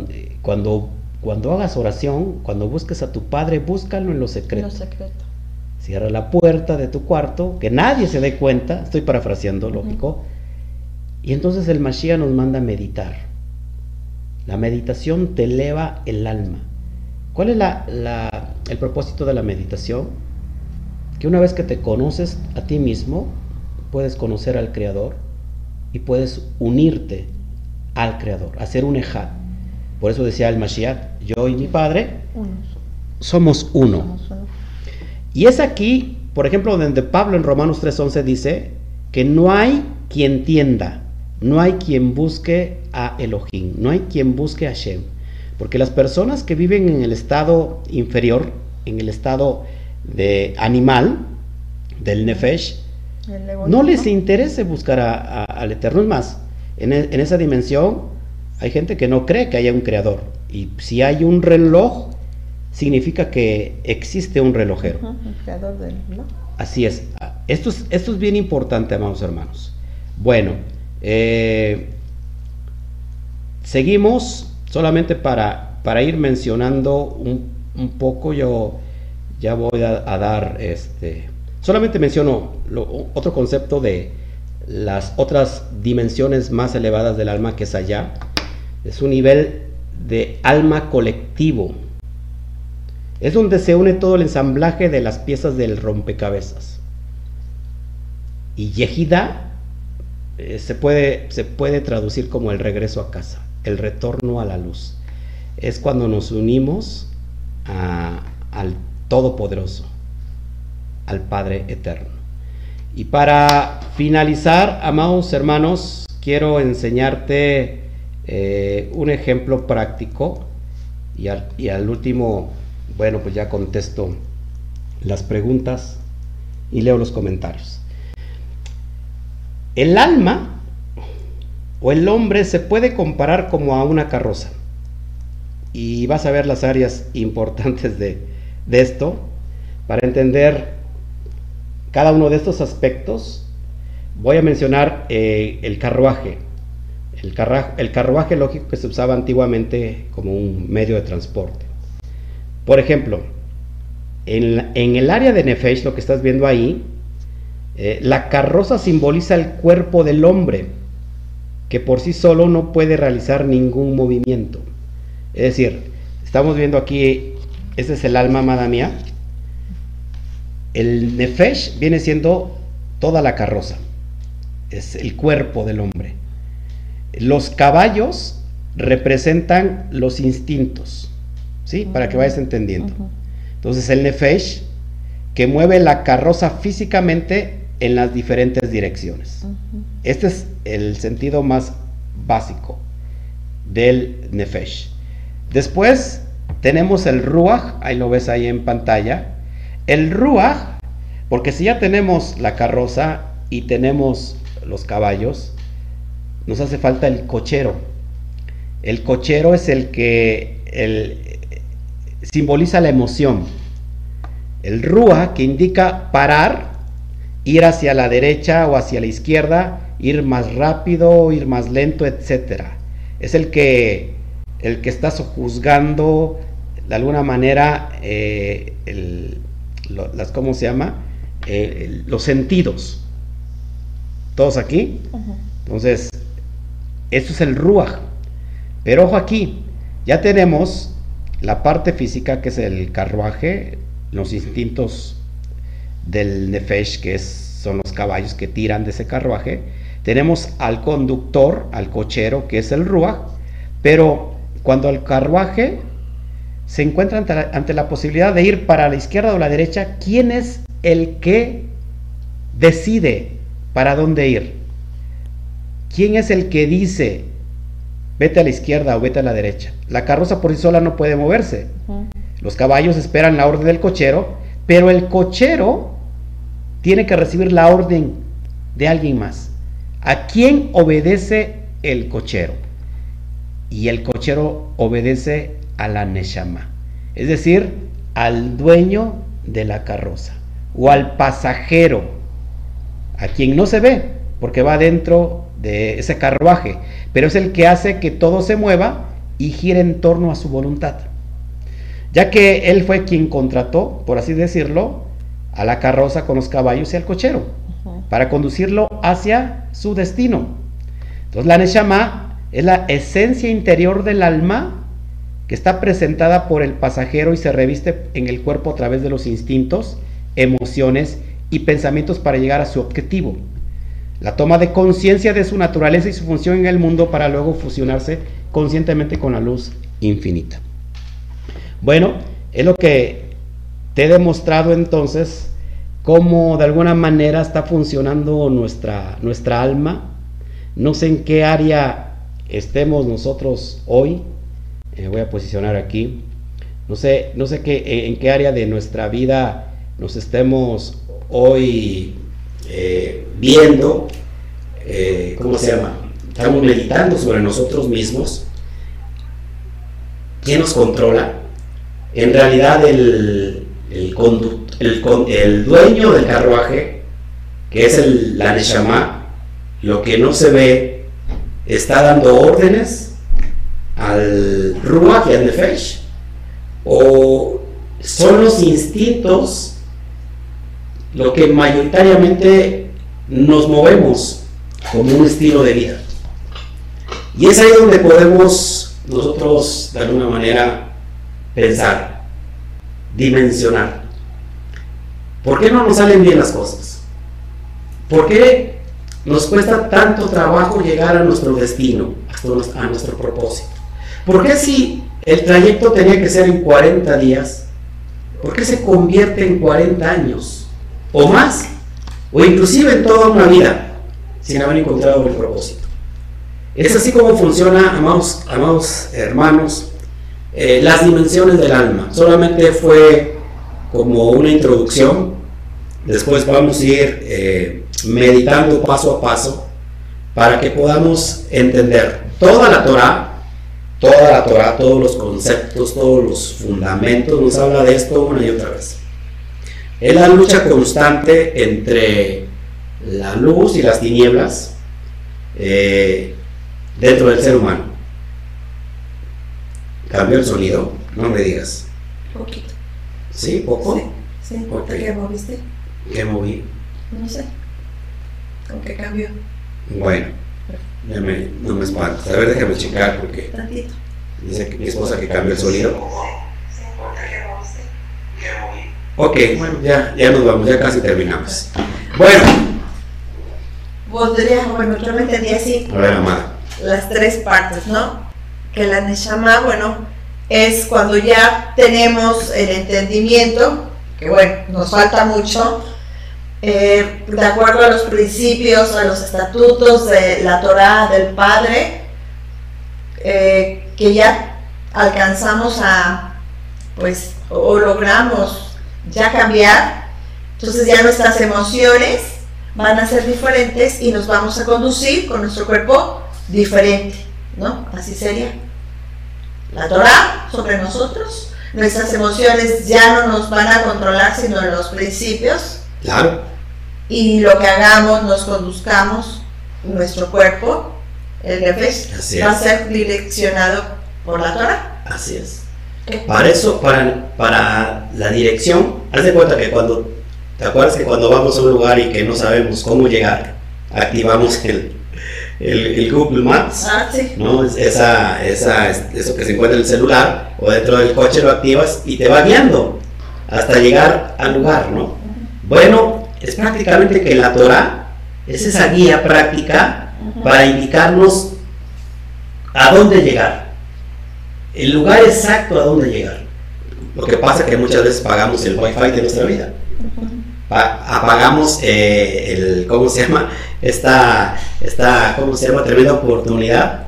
cuando hagas oración, cuando busques a tu Padre, búscalo en lo secreto. cierra la puerta de tu cuarto, que nadie se dé cuenta, estoy parafraseando, lógico, y entonces el Mashiach nos manda a meditar. La meditación te eleva el alma. ¿Cuál es el propósito de la meditación? Que una vez que te conoces a ti mismo, puedes conocer al Creador y puedes unirte al Creador, hacer un ejad. Por eso decía el Mashiach, yo y mi Padre somos uno. Y es aquí, por ejemplo, donde Pablo en Romanos 3:11 dice que no hay quien tienda, no hay quien busque a Elohim, no hay quien busque a Hashem. Porque las personas que viven en el estado inferior, en el estado de animal, del Nefesh, no les interesa buscar al Eterno. Es más, en esa dimensión hay gente que no cree que haya un creador. Y si hay un reloj, significa que existe un relojero. El creador del reloj. Así es. Esto es bien importante, amados hermanos. Bueno, seguimos. Solamente para ir mencionando un poco, yo ya voy a dar, solamente menciono otro concepto de las otras dimensiones más elevadas del alma, que es allá. Es un nivel de alma colectivo. Es donde se une todo el ensamblaje de las piezas del rompecabezas. Y Yehida se puede traducir como el regreso a casa, el retorno a la luz. Es cuando nos unimos al Todopoderoso, al Padre Eterno. Y para finalizar, amados hermanos, quiero enseñarte un ejemplo práctico y al último, bueno, pues ya contesto las preguntas y leo los comentarios. El alma o el hombre se puede comparar como a una carroza, y vas a ver las áreas importantes de esto para entender cada uno de estos aspectos. Voy a mencionar el carruaje. El carruaje lógico que se usaba antiguamente como un medio de transporte. Por ejemplo, en el área de Nefesh, lo que estás viendo ahí, la carroza simboliza el cuerpo del hombre, que por sí solo no puede realizar ningún movimiento. Es decir, estamos viendo aquí, ese es el alma, amada mía. El Nefesh viene siendo toda la carroza, es el cuerpo del hombre. Los caballos representan los instintos, ¿sí? Para que vayas entendiendo. Entonces el Nefesh, que mueve la carroza físicamente en las diferentes direcciones. Este es el sentido más básico del Nefesh. Después tenemos el Ruach, ahí lo ves ahí en pantalla. El Ruach, porque si ya tenemos la carroza y tenemos los caballos, nos hace falta el cochero. El cochero es el que simboliza la emoción. El Ruach, que indica parar, ir hacia la derecha o hacia la izquierda, ir más rápido, ir más lento, etc. Es el que está sojuzgando de alguna manera ¿cómo se llama? Los sentidos. ¿Todos aquí? Entonces, eso es el Ruach. Pero ojo aquí, ya tenemos la parte física, que es el carruaje, los instintos del Nefesh, que son los caballos que tiran de ese carruaje. Tenemos al conductor, al cochero, que es el Ruach. Pero cuando el carruaje se encuentra ante la posibilidad de ir para la izquierda o la derecha, ¿quién es el que decide para dónde ir? ¿Quién es el que dice vete a la izquierda o vete a la derecha? La carroza por sí sola no puede moverse. Los caballos esperan la orden del cochero, pero el cochero tiene que recibir la orden de alguien más. ¿A quién obedece el cochero? Y el cochero obedece a la Neshama, es decir, al dueño de la carroza o al pasajero, a quien no se ve porque va dentro de ese carruaje, pero es el que hace que todo se mueva y gire en torno a su voluntad, ya que él fue quien contrató, por así decirlo, a la carroza con los caballos y al cochero, para conducirlo hacia su destino. Entonces la Neshama es la esencia interior del alma que está presentada por el pasajero y se reviste en el cuerpo a través de los instintos, emociones y pensamientos para llegar a su objetivo. La toma de conciencia de su naturaleza y su función en el mundo para luego fusionarse conscientemente con la luz infinita. Bueno, es lo que te he demostrado entonces, cómo de alguna manera está funcionando nuestra alma. No sé en qué área estemos nosotros hoy. Voy a posicionar aquí. No sé en qué área de nuestra vida nos estemos hoy viendo. ¿Cómo se llama? Estamos meditando sobre nosotros mismos. ¿Quién nos controla? En realidad el dueño del carruaje, que es la Neshama, lo que no se ve, está dando órdenes al Ruach y al Nefesh, o son los instintos lo que mayoritariamente nos movemos como un estilo de vida. Y es ahí donde podemos nosotros de alguna manera pensar, dimensionar. ¿Por qué no nos salen bien las cosas? ¿Por qué nos cuesta tanto trabajo llegar a nuestro destino, a nuestro propósito? ¿Por qué si el trayecto tenía que ser en 40 días, por qué se convierte en 40 años o más, o inclusive en toda una vida, sin haber encontrado el propósito? Es así como funciona, amados hermanos, las dimensiones del alma. Solamente fue como una introducción. Después vamos a ir meditando paso a paso para que podamos entender toda la Torah, todos los conceptos, todos los fundamentos. Nos habla de esto una y otra vez. Es la lucha constante entre la luz y las tinieblas dentro del ser humano. ¿Cambió el sonido? No me digas. Poquito. ¿Sí? ¿Poco? Sí. Okay. ¿Qué moviste? ¿Qué moví? No sé. ¿Con qué cambió? Bueno, no me espantes. A ver, déjame checar porque Tantito. dice mi esposa que cambió el sonido. Ok, bueno, ya nos vamos, ya casi terminamos. Bueno. Bueno, yo lo entendí así. A ver, amada. Las tres partes, ¿no? Que la Neshama, bueno, es cuando ya tenemos el entendimiento, que bueno, nos falta mucho, de acuerdo a los principios, a los estatutos de la Torah del Padre, que ya alcanzamos pues, o logramos ya cambiar. Entonces ya nuestras emociones van a ser diferentes y nos vamos a conducir con nuestro cuerpo diferente, ¿no? Así sería la Torah sobre nosotros. Nuestras emociones ya no nos van a controlar, sino en los principios. Claro. Y lo que hagamos, nos conduzcamos, nuestro cuerpo, el nefesh, va a ser direccionado por la Torah. Así es. Para eso, para la dirección, haz de cuenta que ¿te acuerdas que cuando vamos a un lugar y que no sabemos cómo llegar, activamos el Google Maps? Sí. ¿No? Eso que se encuentra en el celular o dentro del coche, lo activas y te va guiando hasta llegar al lugar, ¿no? Bueno, es prácticamente que la Torah es esa guía práctica para indicarnos a dónde llegar, el lugar exacto a dónde llegar. Lo que pasa es que muchas veces pagamos el wifi de nuestra vida. Apagamos ¿cómo se llama? Esta ¿cómo se llama? Tremenda oportunidad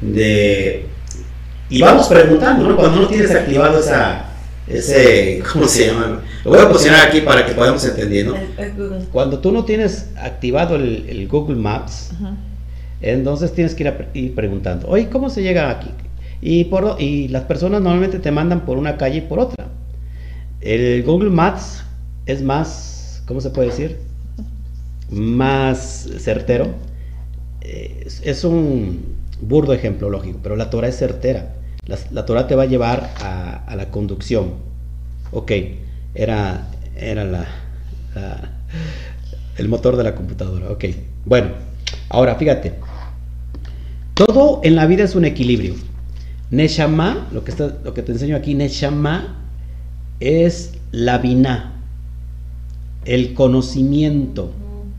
y vamos preguntando, ¿no? Cuando no tienes activado ese, ¿cómo se llama? Lo voy a posicionar aquí para que podamos entender, ¿no? Cuando tú no tienes activado el Google Maps, entonces tienes que ir preguntando, oye, ¿cómo se llega aquí? Y las personas normalmente te mandan por una calle y por otra. El Google Maps es más, ¿cómo se puede decir? Más certero. Es un burdo ejemplo lógico, pero la Torah es certera. La Torah te va a llevar a la conducción. Ok, era El motor de la computadora, ok. Bueno, ahora fíjate. Todo en la vida es un equilibrio. Neshama, lo que te enseño aquí, Neshama es la biná, el conocimiento,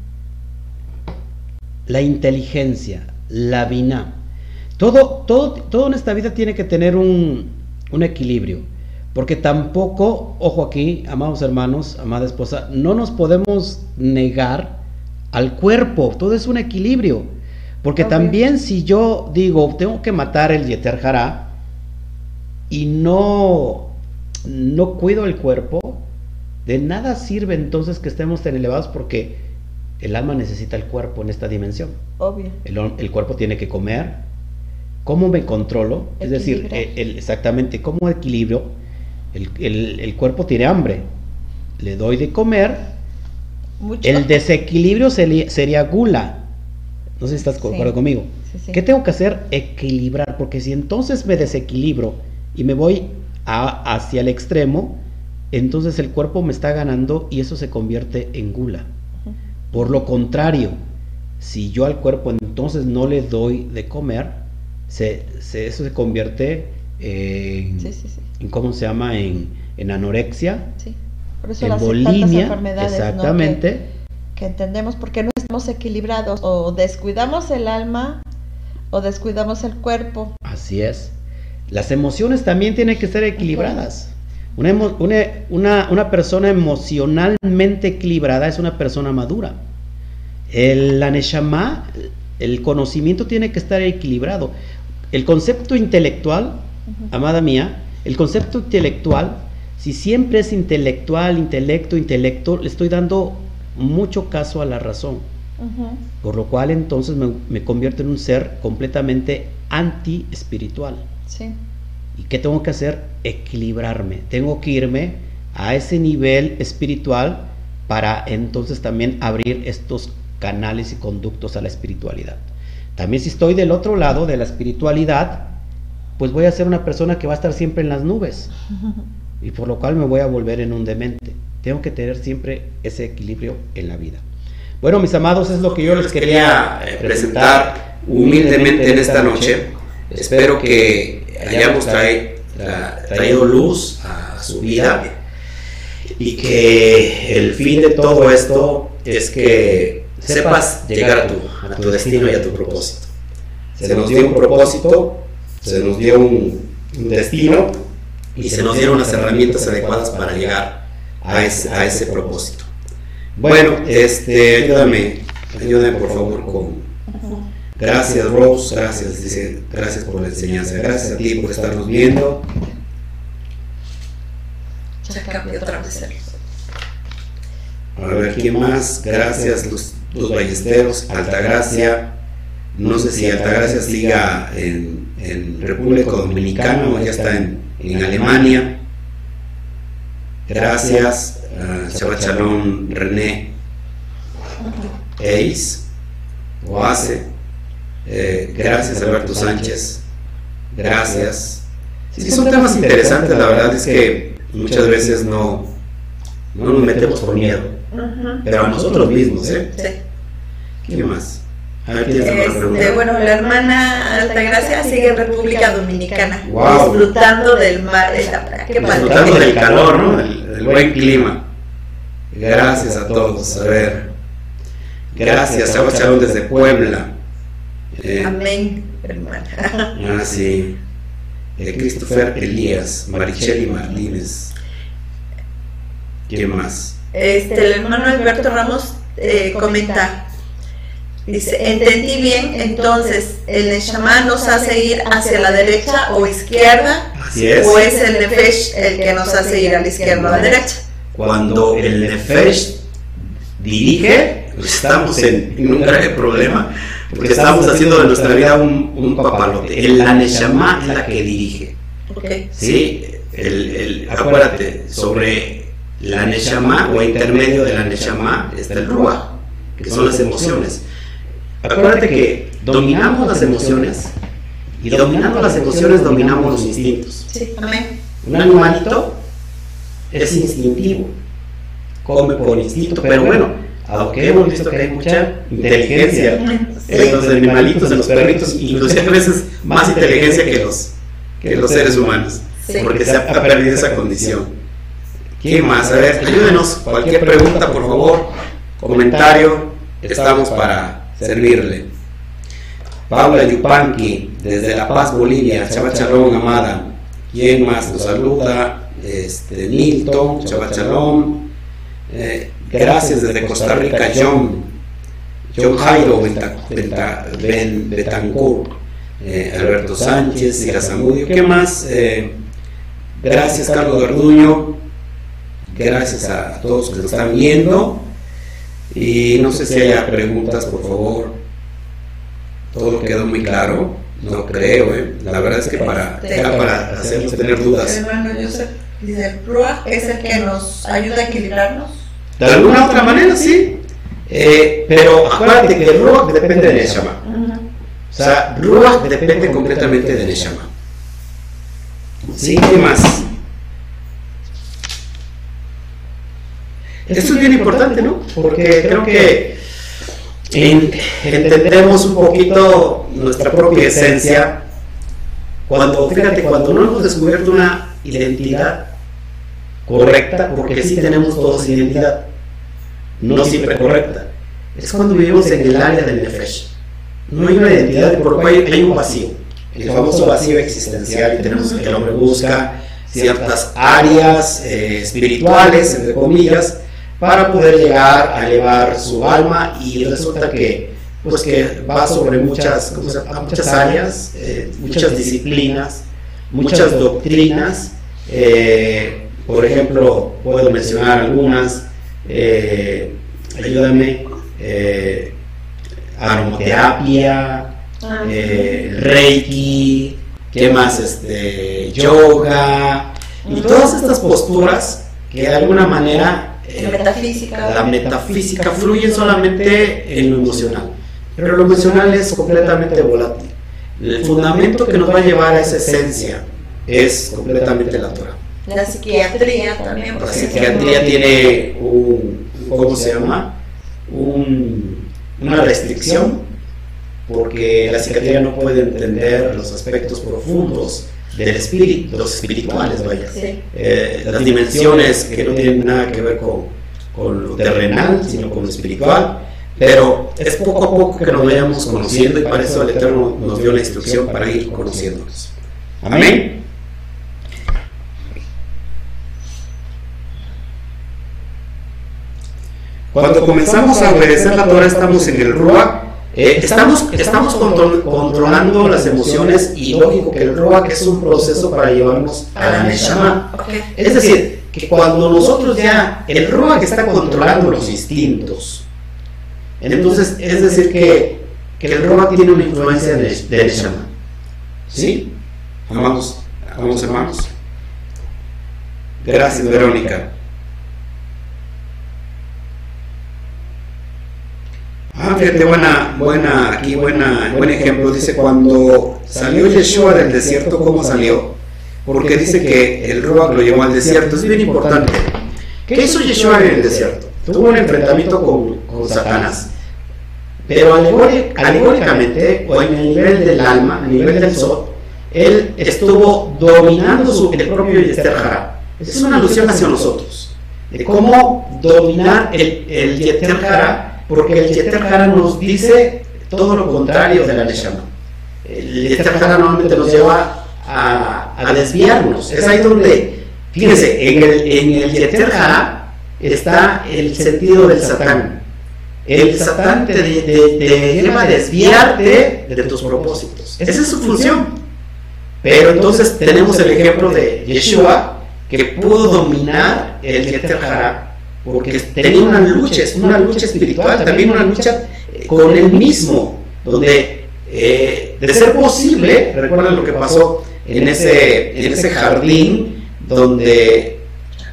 la inteligencia, la biná. Todo en esta vida tiene que tener un equilibrio, porque tampoco, ojo aquí, amados hermanos, amada esposa, no nos podemos negar al cuerpo. Todo es un equilibrio, porque también si yo digo, tengo que matar el Yeter Hará y no cuido el cuerpo, de nada sirve entonces que estemos tan elevados, porque el alma necesita el cuerpo en esta dimensión. Obvio. El cuerpo tiene que comer. ¿Cómo me controlo? Es decir, exactamente, ¿cómo equilibrio? El cuerpo tiene hambre, le doy de comer. Mucho. El desequilibrio sería gula. No sé si estás de acuerdo conmigo. Sí. ¿Qué tengo que hacer? Equilibrar, porque si entonces me desequilibro y me voy hacia el extremo, entonces el cuerpo me está ganando y eso se convierte en gula. Por lo contrario, si yo al cuerpo entonces no le doy de comer, eso se convierte en ¿cómo se llama? En anorexia, por eso en las bulimia, enfermedades, exactamente, ¿no? que entendemos porque no estamos equilibrados, o descuidamos el alma o descuidamos el cuerpo. Así es. Las emociones también tienen que ser equilibradas. Una persona emocionalmente equilibrada es una persona madura. La Neshama, el conocimiento tiene que estar equilibrado. El concepto intelectual, amada mía, el concepto intelectual, si siempre es intelecto, le estoy dando mucho caso a la razón. Por lo cual entonces me convierto en un ser completamente anti-espiritual. Sí. ¿Y qué tengo que hacer? Equilibrarme. Tengo que irme a ese nivel espiritual para entonces también abrir estos canales y conductos a la espiritualidad. También si estoy del otro lado de la espiritualidad, pues voy a ser una persona que va a estar siempre en las nubes, y por lo cual me voy a volver en un demente. Tengo que tener siempre ese equilibrio en la vida. Bueno, mis amados, es lo que yo les quería presentar humildemente en esta noche. Espero que hayamos traído luz a su vida, y que el fin de todo esto es que sepas llegar a tu destino y a tu propósito. Se nos dio un propósito, se nos dio un destino, y se nos dieron las herramientas adecuadas para llegar a ese propósito. Bueno, ayúdame por favor con... Gracias, Rose, gracias por la enseñanza, gracias a ti por estarnos viendo. Ya cambió otra vez. A ver, ¿quién más? Gracias, los ballesteros, Altagracia. No sé si Altagracia siga en República Dominicana o ya está en Alemania. Gracias, Shabbat Shalom, René, Eis, Oase. Gracias, Alberto Sánchez. Gracias. Sí, son temas interesantes. La verdad es que muchas veces no nos metemos por miedo, pero a nosotros mismos, ¿eh? Sí. ¿Qué más? A ver, ¿tienes alguna pregunta? Bueno, la hermana Altagracia sigue en República Dominicana, Wow. disfrutando del mar. Qué padre. Disfrutando del calor, ¿no? Del buen clima. Gracias a todos. A ver. Gracias, Shabbat Shalom desde Puebla. Amén, hermana. Sí. Christopher Elías, Maricheli Martínez. ¿Quién más? El hermano Alberto Ramos comenta, dice, entendí bien, entonces el Neshama nos hace ir hacia la derecha o izquierda, Así es. o es el Nefesh el que nos hace ir a la izquierda o a la derecha. Cuando el Nefesh dirige, pues estamos en un grave problema, porque estamos haciendo de nuestra vida un papalote. La Neshama es la que dirige. Okay. Sí, acuérdate, sobre la Neshama o intermedio de la Neshama está el Ruach, que son las emociones. Acuérdate que dominamos las emociones, y dominando las emociones dominamos los instintos. Sí, amén. Un animalito es instintivo. come por instinto, pero bueno, aunque hemos visto que hay mucha inteligencia en los animalitos, en los perritos, inclusive a veces más inteligencia que los seres humanos, porque se ha perdido esa condición. ¿Qué más? A ver, ayúdenos, cualquier pregunta, por favor, comentario, estamos para servirle. Paula Yupanqui, desde La Paz, Bolivia, Shabbat Shalom, amada. ¿Quién más nos saluda? Milton, Shabbat Shalom. Gracias desde Costa Rica, John Jairo Betancourt, Alberto Sánchez, Ira Zamudio. ¿Qué más? Gracias, Carlos Garduño. Gracias a todos que nos están viendo. Y no sé si haya preguntas, por favor. Todo quedó muy claro. No creo, La verdad es que para hacernos tener dudas. Hermano Joseph, dice, el Ruach es el que nos ayuda a equilibrarnos. De alguna otra manera, sí. Pero acuérdate que el Ruach depende de Neshama. O sea, Ruach depende completamente de Neshama. ¿Sí? ¿Qué más? Esto es bien importante, ¿no? Porque creo que entendemos un poquito nuestra propia esencia cuando no hemos descubierto una identidad correcta, porque sí tenemos todos identidad, no siempre correcta. Es cuando vivimos en el área del Nefesh. No hay una identidad, por lo cual hay un vacío, el famoso vacío existencial, y tenemos que el hombre busca ciertas áreas espirituales, entre comillas, para poder llegar a elevar su alma, y resulta que va sobre muchas áreas, muchas disciplinas, muchas doctrinas. Por ejemplo, puedo mencionar algunas, ayúdame, aromaterapia, Reiki, ¿qué más? Yoga, y todas estas posturas que de alguna manera la metafísica fluye solamente en lo emocional, pero lo emocional es completamente volátil. El fundamento que nos va a llevar a esa esencia es completamente la Torah. La psiquiatría también. La psiquiatría tiene una restricción, porque la psiquiatría no puede entender los aspectos profundos del espíritu, los espirituales, vaya. Sí. Las dimensiones que no tienen nada que ver con lo terrenal, sino con lo espiritual. Pero es poco a poco que nos vayamos conociendo, y para eso el Eterno nos dio la instrucción para ir conociéndonos. Amén. Cuando comenzamos a obedecer la Torah, estamos en el Ruach, estamos controlando las emociones, y lógico que el Ruach es un proceso para llevarnos a la Neshama. Okay. Es decir, que cuando nosotros el Ruach está controlando los instintos, entonces es decir que el Ruach tiene una influencia de Neshama. ¿Sí? Amados hermanos. Gracias, Verónica. Fíjate, buen ejemplo. Dice, cuando salió Yeshua del desierto, ¿cómo salió? Porque dice que el Ruach lo llevó al desierto. Es bien importante. ¿Qué hizo Yeshua en el desierto? Tuvo un enfrentamiento con Satanás, pero alegóricamente, o en el nivel del alma, a nivel del Sod, él estuvo dominando el propio Yetzer Hara. Es una alusión hacia nosotros, de cómo dominar el Yetzer Hara, porque el Yetzer Hara nos dice todo lo contrario de la Neshama. El Yetzer Hara normalmente nos lleva a desviarnos. Es ahí donde, fíjense, en el Yetzer Hara está el sentido del Satán. El Satán te lleva a desviarte de tus propósitos. Esa es su función. Pero entonces tenemos el ejemplo de Yeshua, que pudo dominar el Yetzer Hara, porque tenía una lucha espiritual, también una lucha con él mismo, donde de ser posible, recuerdan lo que pasó en ese jardín donde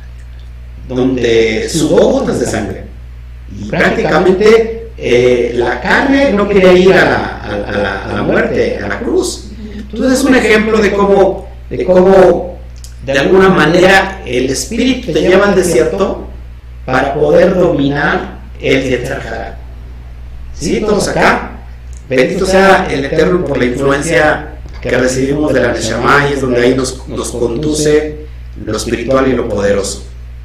sudó gotas de sangre, y prácticamente la carne no quería ir a la muerte, a la cruz. Entonces es un ejemplo de cómo de alguna manera el espíritu te lleva al desierto para poder dominar el Yetzer Hara. ¿Sí? Todos acá. Bendito sea el Eterno por la influencia que recibimos de la Neshama, y es donde ahí nos conduce lo espiritual y lo poderoso.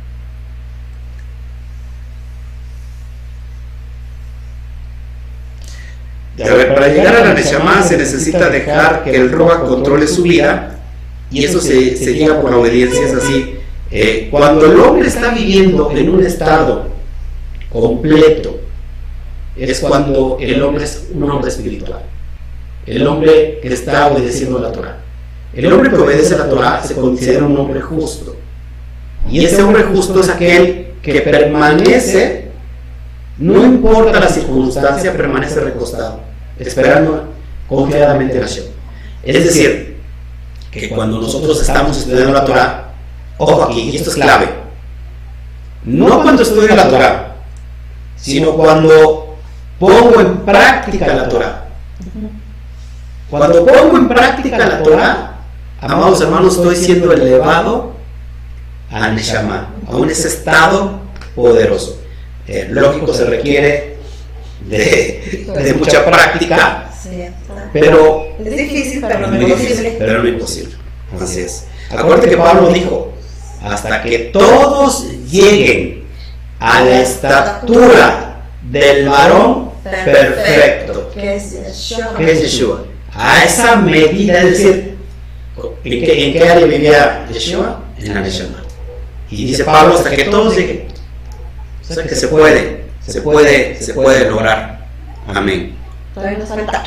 A ver, para llegar a la Neshama se necesita dejar que el Ruach controle su vida, y eso se llega por la obediencia. Es así, cuando el hombre está viviendo en un estado completo, es cuando el hombre es un hombre espiritual, el hombre que está obedeciendo la Torah. El hombre que obedece la Torah se considera un hombre justo, y ese hombre justo es aquel que permanece, no importa la circunstancia, permanece recostado, esperando confiadamente en Hashem. Es decir, que cuando nosotros estamos estudiando la Torah, ojo aquí, y esto es clave, no cuando estudio la Torah, sino cuando pongo en práctica la Torah. Cuando pongo en práctica la Torah, amados hermanos, estoy siendo elevado a Neshama, a ese estado poderoso. Lógico, se requiere de mucha práctica, pero es difícil, pero no imposible. Pero no imposible. Así es. Acuérdate que Pablo dijo: hasta que todos lleguen a la estatura del varón perfecto. ¿Qué es Yeshua? ¿Qué es Yeshua? A esa medida, es decir, ¿en qué área vivía Yeshua? En la Neshama. Y dice Pablo: hasta que todos lleguen. O sea que se puede lograr. Amén. Todavía nos falta.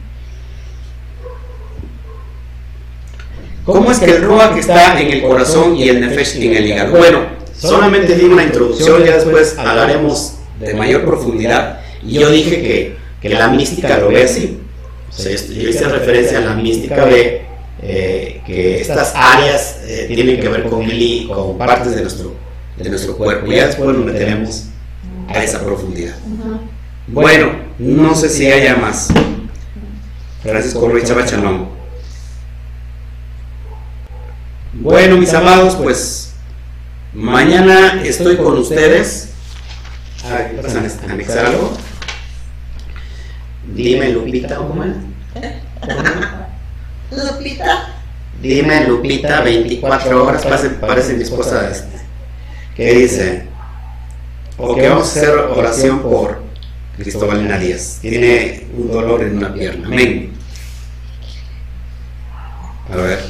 ¿Cómo es que el Ruach está en el corazón y el Nefesh en el hígado? Bueno, solamente di una introducción, ya después hablaremos de mayor profundidad. Y yo dije que la mística lo ve así. O sea, yo hice referencia a la mística, ve que estas áreas tienen que ver con partes de nuestro cuerpo. Ya después nos meteremos a esa profundidad. Bueno, no sé si haya más. Francisco Ruiz Chabachanón. Bueno, mis amados, pues mañana estoy con ustedes. ¿Vas a anexar algo? Dime, Lupita, ¿cómo es? Lupita. Dime, Lupita, 24 horas. Parece mi esposa, que dice: ok, vamos a hacer oración por Cristobalina Díaz. Tiene un dolor en una pierna. Amén. A ver.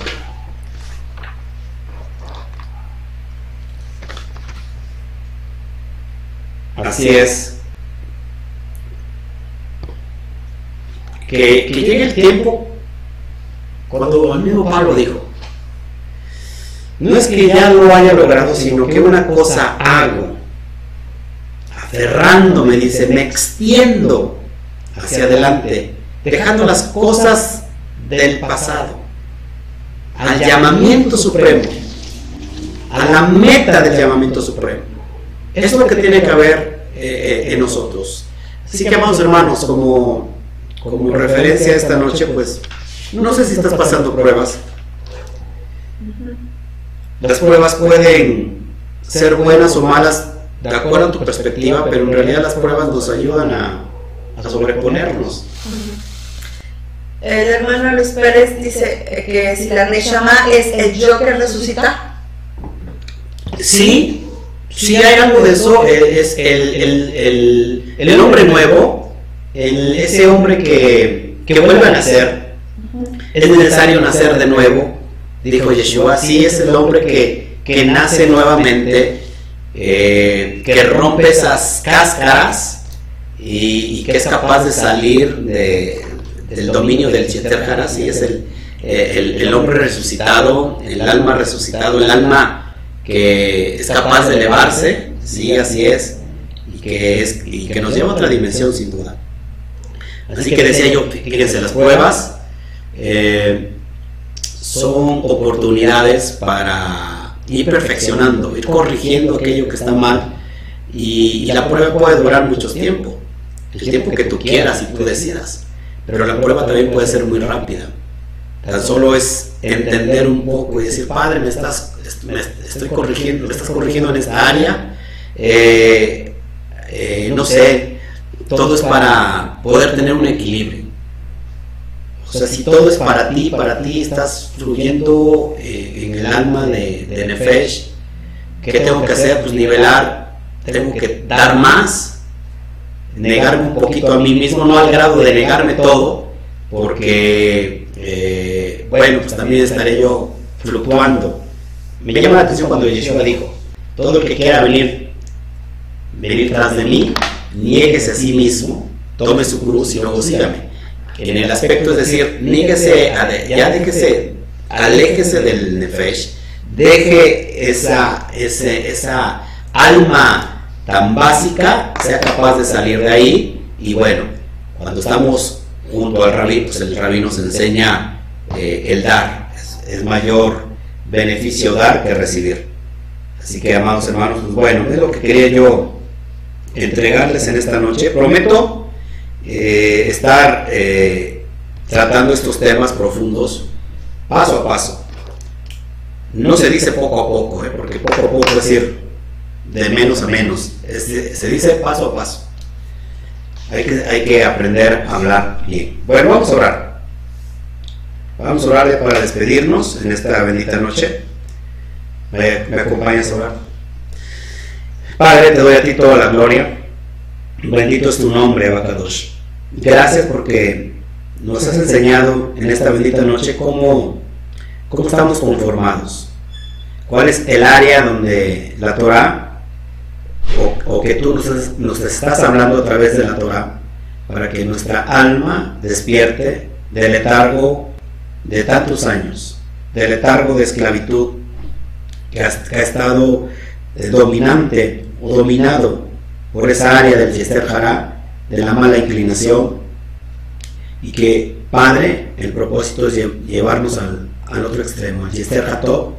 Así es. Que llegue el tiempo cuando el mismo Pablo dijo: no es que ya lo haya logrado, sino que una cosa hago, aferrándome, dice, me extiendo hacia adelante, dejando las cosas del pasado, al llamamiento supremo, a la meta del llamamiento supremo. Eso es lo que tiene que haber en nosotros. Así que, amados hermanos, como referencia a esta noche, pues no sé si estás pasando pruebas. Las pruebas pueden ser buenas o malas de acuerdo a tu perspectiva, pero en realidad las pruebas nos ayudan a sobreponernos. El hermano Luis Pérez dice que si la Neshama es el yo que resucita. Sí, sí hay algo de eso. Es el hombre nuevo, ese hombre que vuelve a nacer. Es necesario nacer de nuevo, dijo Yeshua. Sí, es el hombre que nace nuevamente, que rompe esas cáscaras y que es capaz de salir del dominio del Yetzer Hara. Sí, es el hombre resucitado, el alma resucitado, el alma que es capaz de elevarse. Sí, así es, y que nos lleva a otra dimensión, sin duda. Así que decía yo, fíjense, las pruebas son oportunidades para ir perfeccionando, ir corrigiendo aquello que está mal, y la prueba puede durar mucho tiempo, el tiempo que tú quieras y tú decidas, pero la prueba también puede ser muy rápida. Tan solo es entender un poco y decir: Padre, me estás corrigiendo en esta área, no sé, todo es para poder tener un equilibrio. O sea, si todo es para ti estás fluyendo en el alma de Nefesh. ¿Qué tengo que hacer? Pues nivelar, tengo que dar más, negarme un poquito a mí mismo, no al grado de negarme todo, porque, bueno, pues también estaré yo fluctuando. Me llama la atención cuando Yeshua dijo, todo el que quiera venir tras de mí, niéguese a sí mismo, tome su cruz y luego sígame. En el aspecto es decir, niéguese, aléjese del Nefesh, deje esa alma tan básica, sea capaz de salir de ahí. Y bueno, cuando estamos junto al rabí, pues el rabí nos enseña el dar. Es mayor beneficio dar que recibir. Así que, amados hermanos, pues bueno, es lo que quería yo entregarles en esta noche. Prometo estar tratando estos temas profundos paso a paso. No se dice poco a poco, porque poco a poco es decir de menos a menos, se dice paso a paso. Hay que aprender a hablar bien. Bueno, vamos a orar. Vamos a orar para despedirnos en esta bendita noche. ¿Me acompañas a orar? Padre, te doy a ti toda la gloria. Bendito es tu nombre, Abacadosh. Gracias porque nos has enseñado en esta bendita noche cómo estamos conformados, cuál es el área donde la Torah, o que tú nos estás hablando a través de la Torah, para que nuestra alma despierte del letargo de tantos años, del letargo de esclavitud que ha estado dominante o dominado por esa área del Yetzer Hará, de la mala inclinación, y que, Padre, el propósito es llevarnos al otro extremo, al Yetzer Hatov,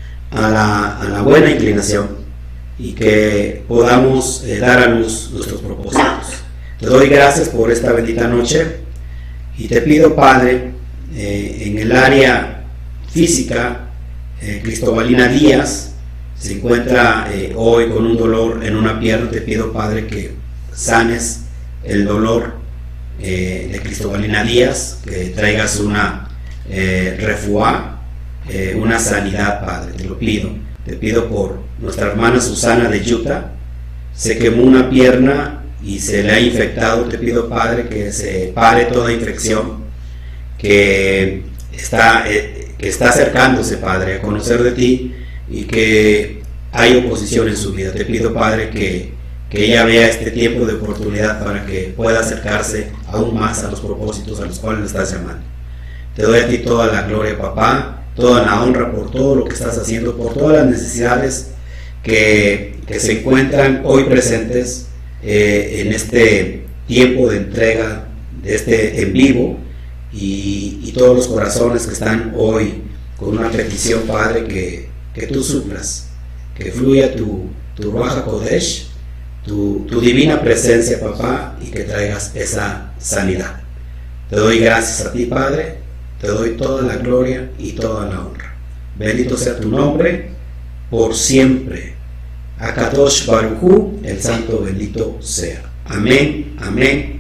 a la buena inclinación, y que podamos dar a luz nuestros propósitos. Te doy gracias por esta bendita noche y te pido, Padre, en el área física, Cristobalina Díaz se encuentra hoy con un dolor en una pierna. Te pido, Padre, que sanes el dolor de Cristobalina Díaz, que traigas una refuá, una sanidad, Padre, te lo pido. Te pido por nuestra hermana Susana de Utah, se quemó una pierna y se le ha infectado. Te pido, Padre, que se pare toda infección que está acercándose, Padre, a conocer de ti, y que hay oposición en su vida. Te pido, Padre, que ella vea este tiempo de oportunidad para que pueda acercarse aún más a los propósitos a los cuales le estás llamando. Te doy a ti toda la gloria, papá, toda la honra por todo lo que estás haciendo, por todas las necesidades que se encuentran hoy presentes en este tiempo de entrega, de este en vivo, y todos los corazones que están hoy con una petición, Padre, que tú suplas, que fluya tu Ruach HaKodesh, tu divina presencia, papá, y que traigas esa sanidad. Te doy gracias a ti, Padre, te doy toda la gloria y toda la honra. Bendito sea tu nombre por siempre. Akadosh Baruj Hu, el santo bendito sea. Amén, amén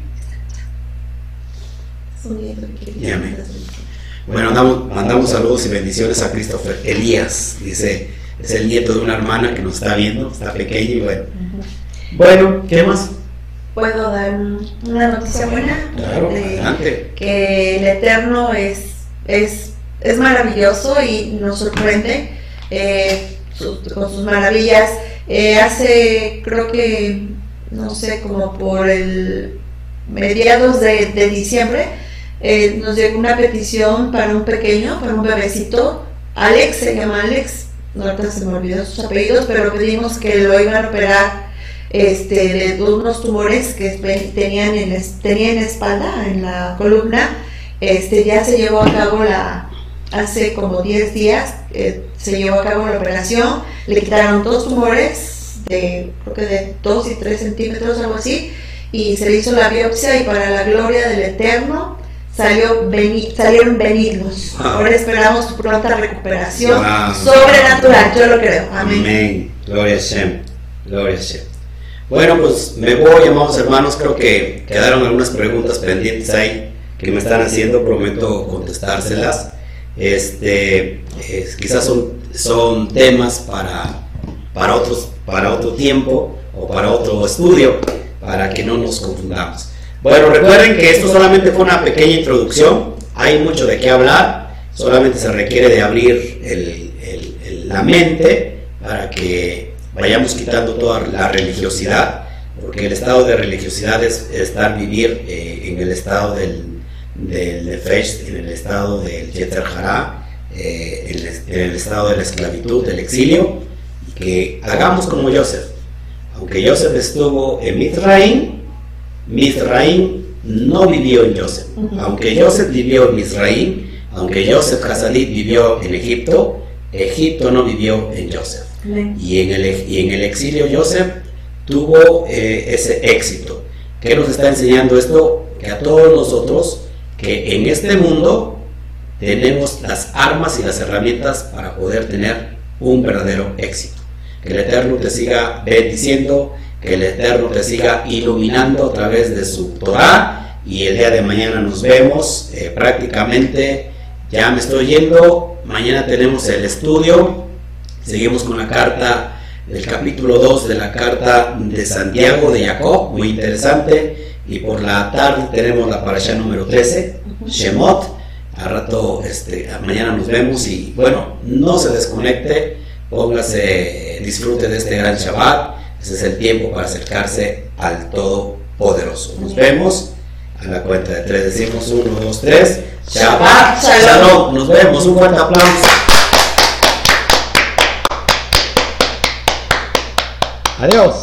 y amén. Bueno, mandamos saludos y bendiciones a Christopher Elías. Dice, es el nieto de una hermana que nos está viendo, está pequeño y bueno. Bueno, ¿qué más? ¿Puedo dar una noticia buena? Claro, adelante. Que el Eterno es maravilloso y nos sorprende con sus maravillas. Hace, creo que, no sé, como por el mediados de diciembre, nos llegó una petición para un pequeño, para un bebecito. Alex, se llama Alex, ahorita se me olvidó sus apellidos, pero pedimos que lo iban a operar de unos tumores que tenía en la espalda, en la columna. Ya se llevó a cabo hace como 10 días, se llevó a cabo la operación. Le quitaron 2 tumores creo que de 2 y 3 centímetros, algo así, y se le hizo la biopsia, y para la gloria del Eterno salieron benignos. Ahora esperamos su pronta recuperación sobrenatural, yo lo creo. Amén. Amén. Gloria a Shem. Gloria a Shem. Bueno, pues me voy, amados hermanos. Creo que quedaron algunas preguntas pendientes ahí que me están haciendo. Prometo contestárselas. Quizás son temas para otro tiempo o para otro estudio, para que no nos confundamos. Bueno, recuerden que esto solamente fue una pequeña introducción. Hay mucho de qué hablar. Solamente se requiere de abrir la mente para que vayamos quitando toda la religiosidad, porque el estado de religiosidad es vivir en el estado del Nefesh, en el estado del Yetzer Hará, en el estado de la esclavitud, del exilio, y que hagamos como Yosef. Aunque Yosef estuvo en Mizraim no vivió en Yosef. Aunque Yosef vivió en Mizraim, aunque Yosef Hasadit vivió en Egipto, Egipto no vivió en Yosef. Y en el exilio Yosef tuvo ese éxito. ¿Qué nos está enseñando esto? Que a todos nosotros, que en este mundo tenemos las armas y las herramientas para poder tener un verdadero éxito. Que el Eterno te siga bendiciendo, que el Eterno te siga iluminando a través de su Torah, y el día de mañana nos vemos. Prácticamente ya me estoy yendo. Mañana tenemos el estudio. Seguimos con la carta del capítulo 2 de la carta de Santiago de Jacob, muy interesante. Y por la tarde tenemos la parashá número 13, Shemot. A rato, mañana nos vemos, y bueno, no se desconecte, póngase, disfrute de este gran Shabbat. Ese es el tiempo para acercarse al Todopoderoso. Nos vemos a la cuenta de 3. Decimos 1, 2, 3. Shabbat Shalom. Nos vemos. Un fuerte aplauso. Adiós.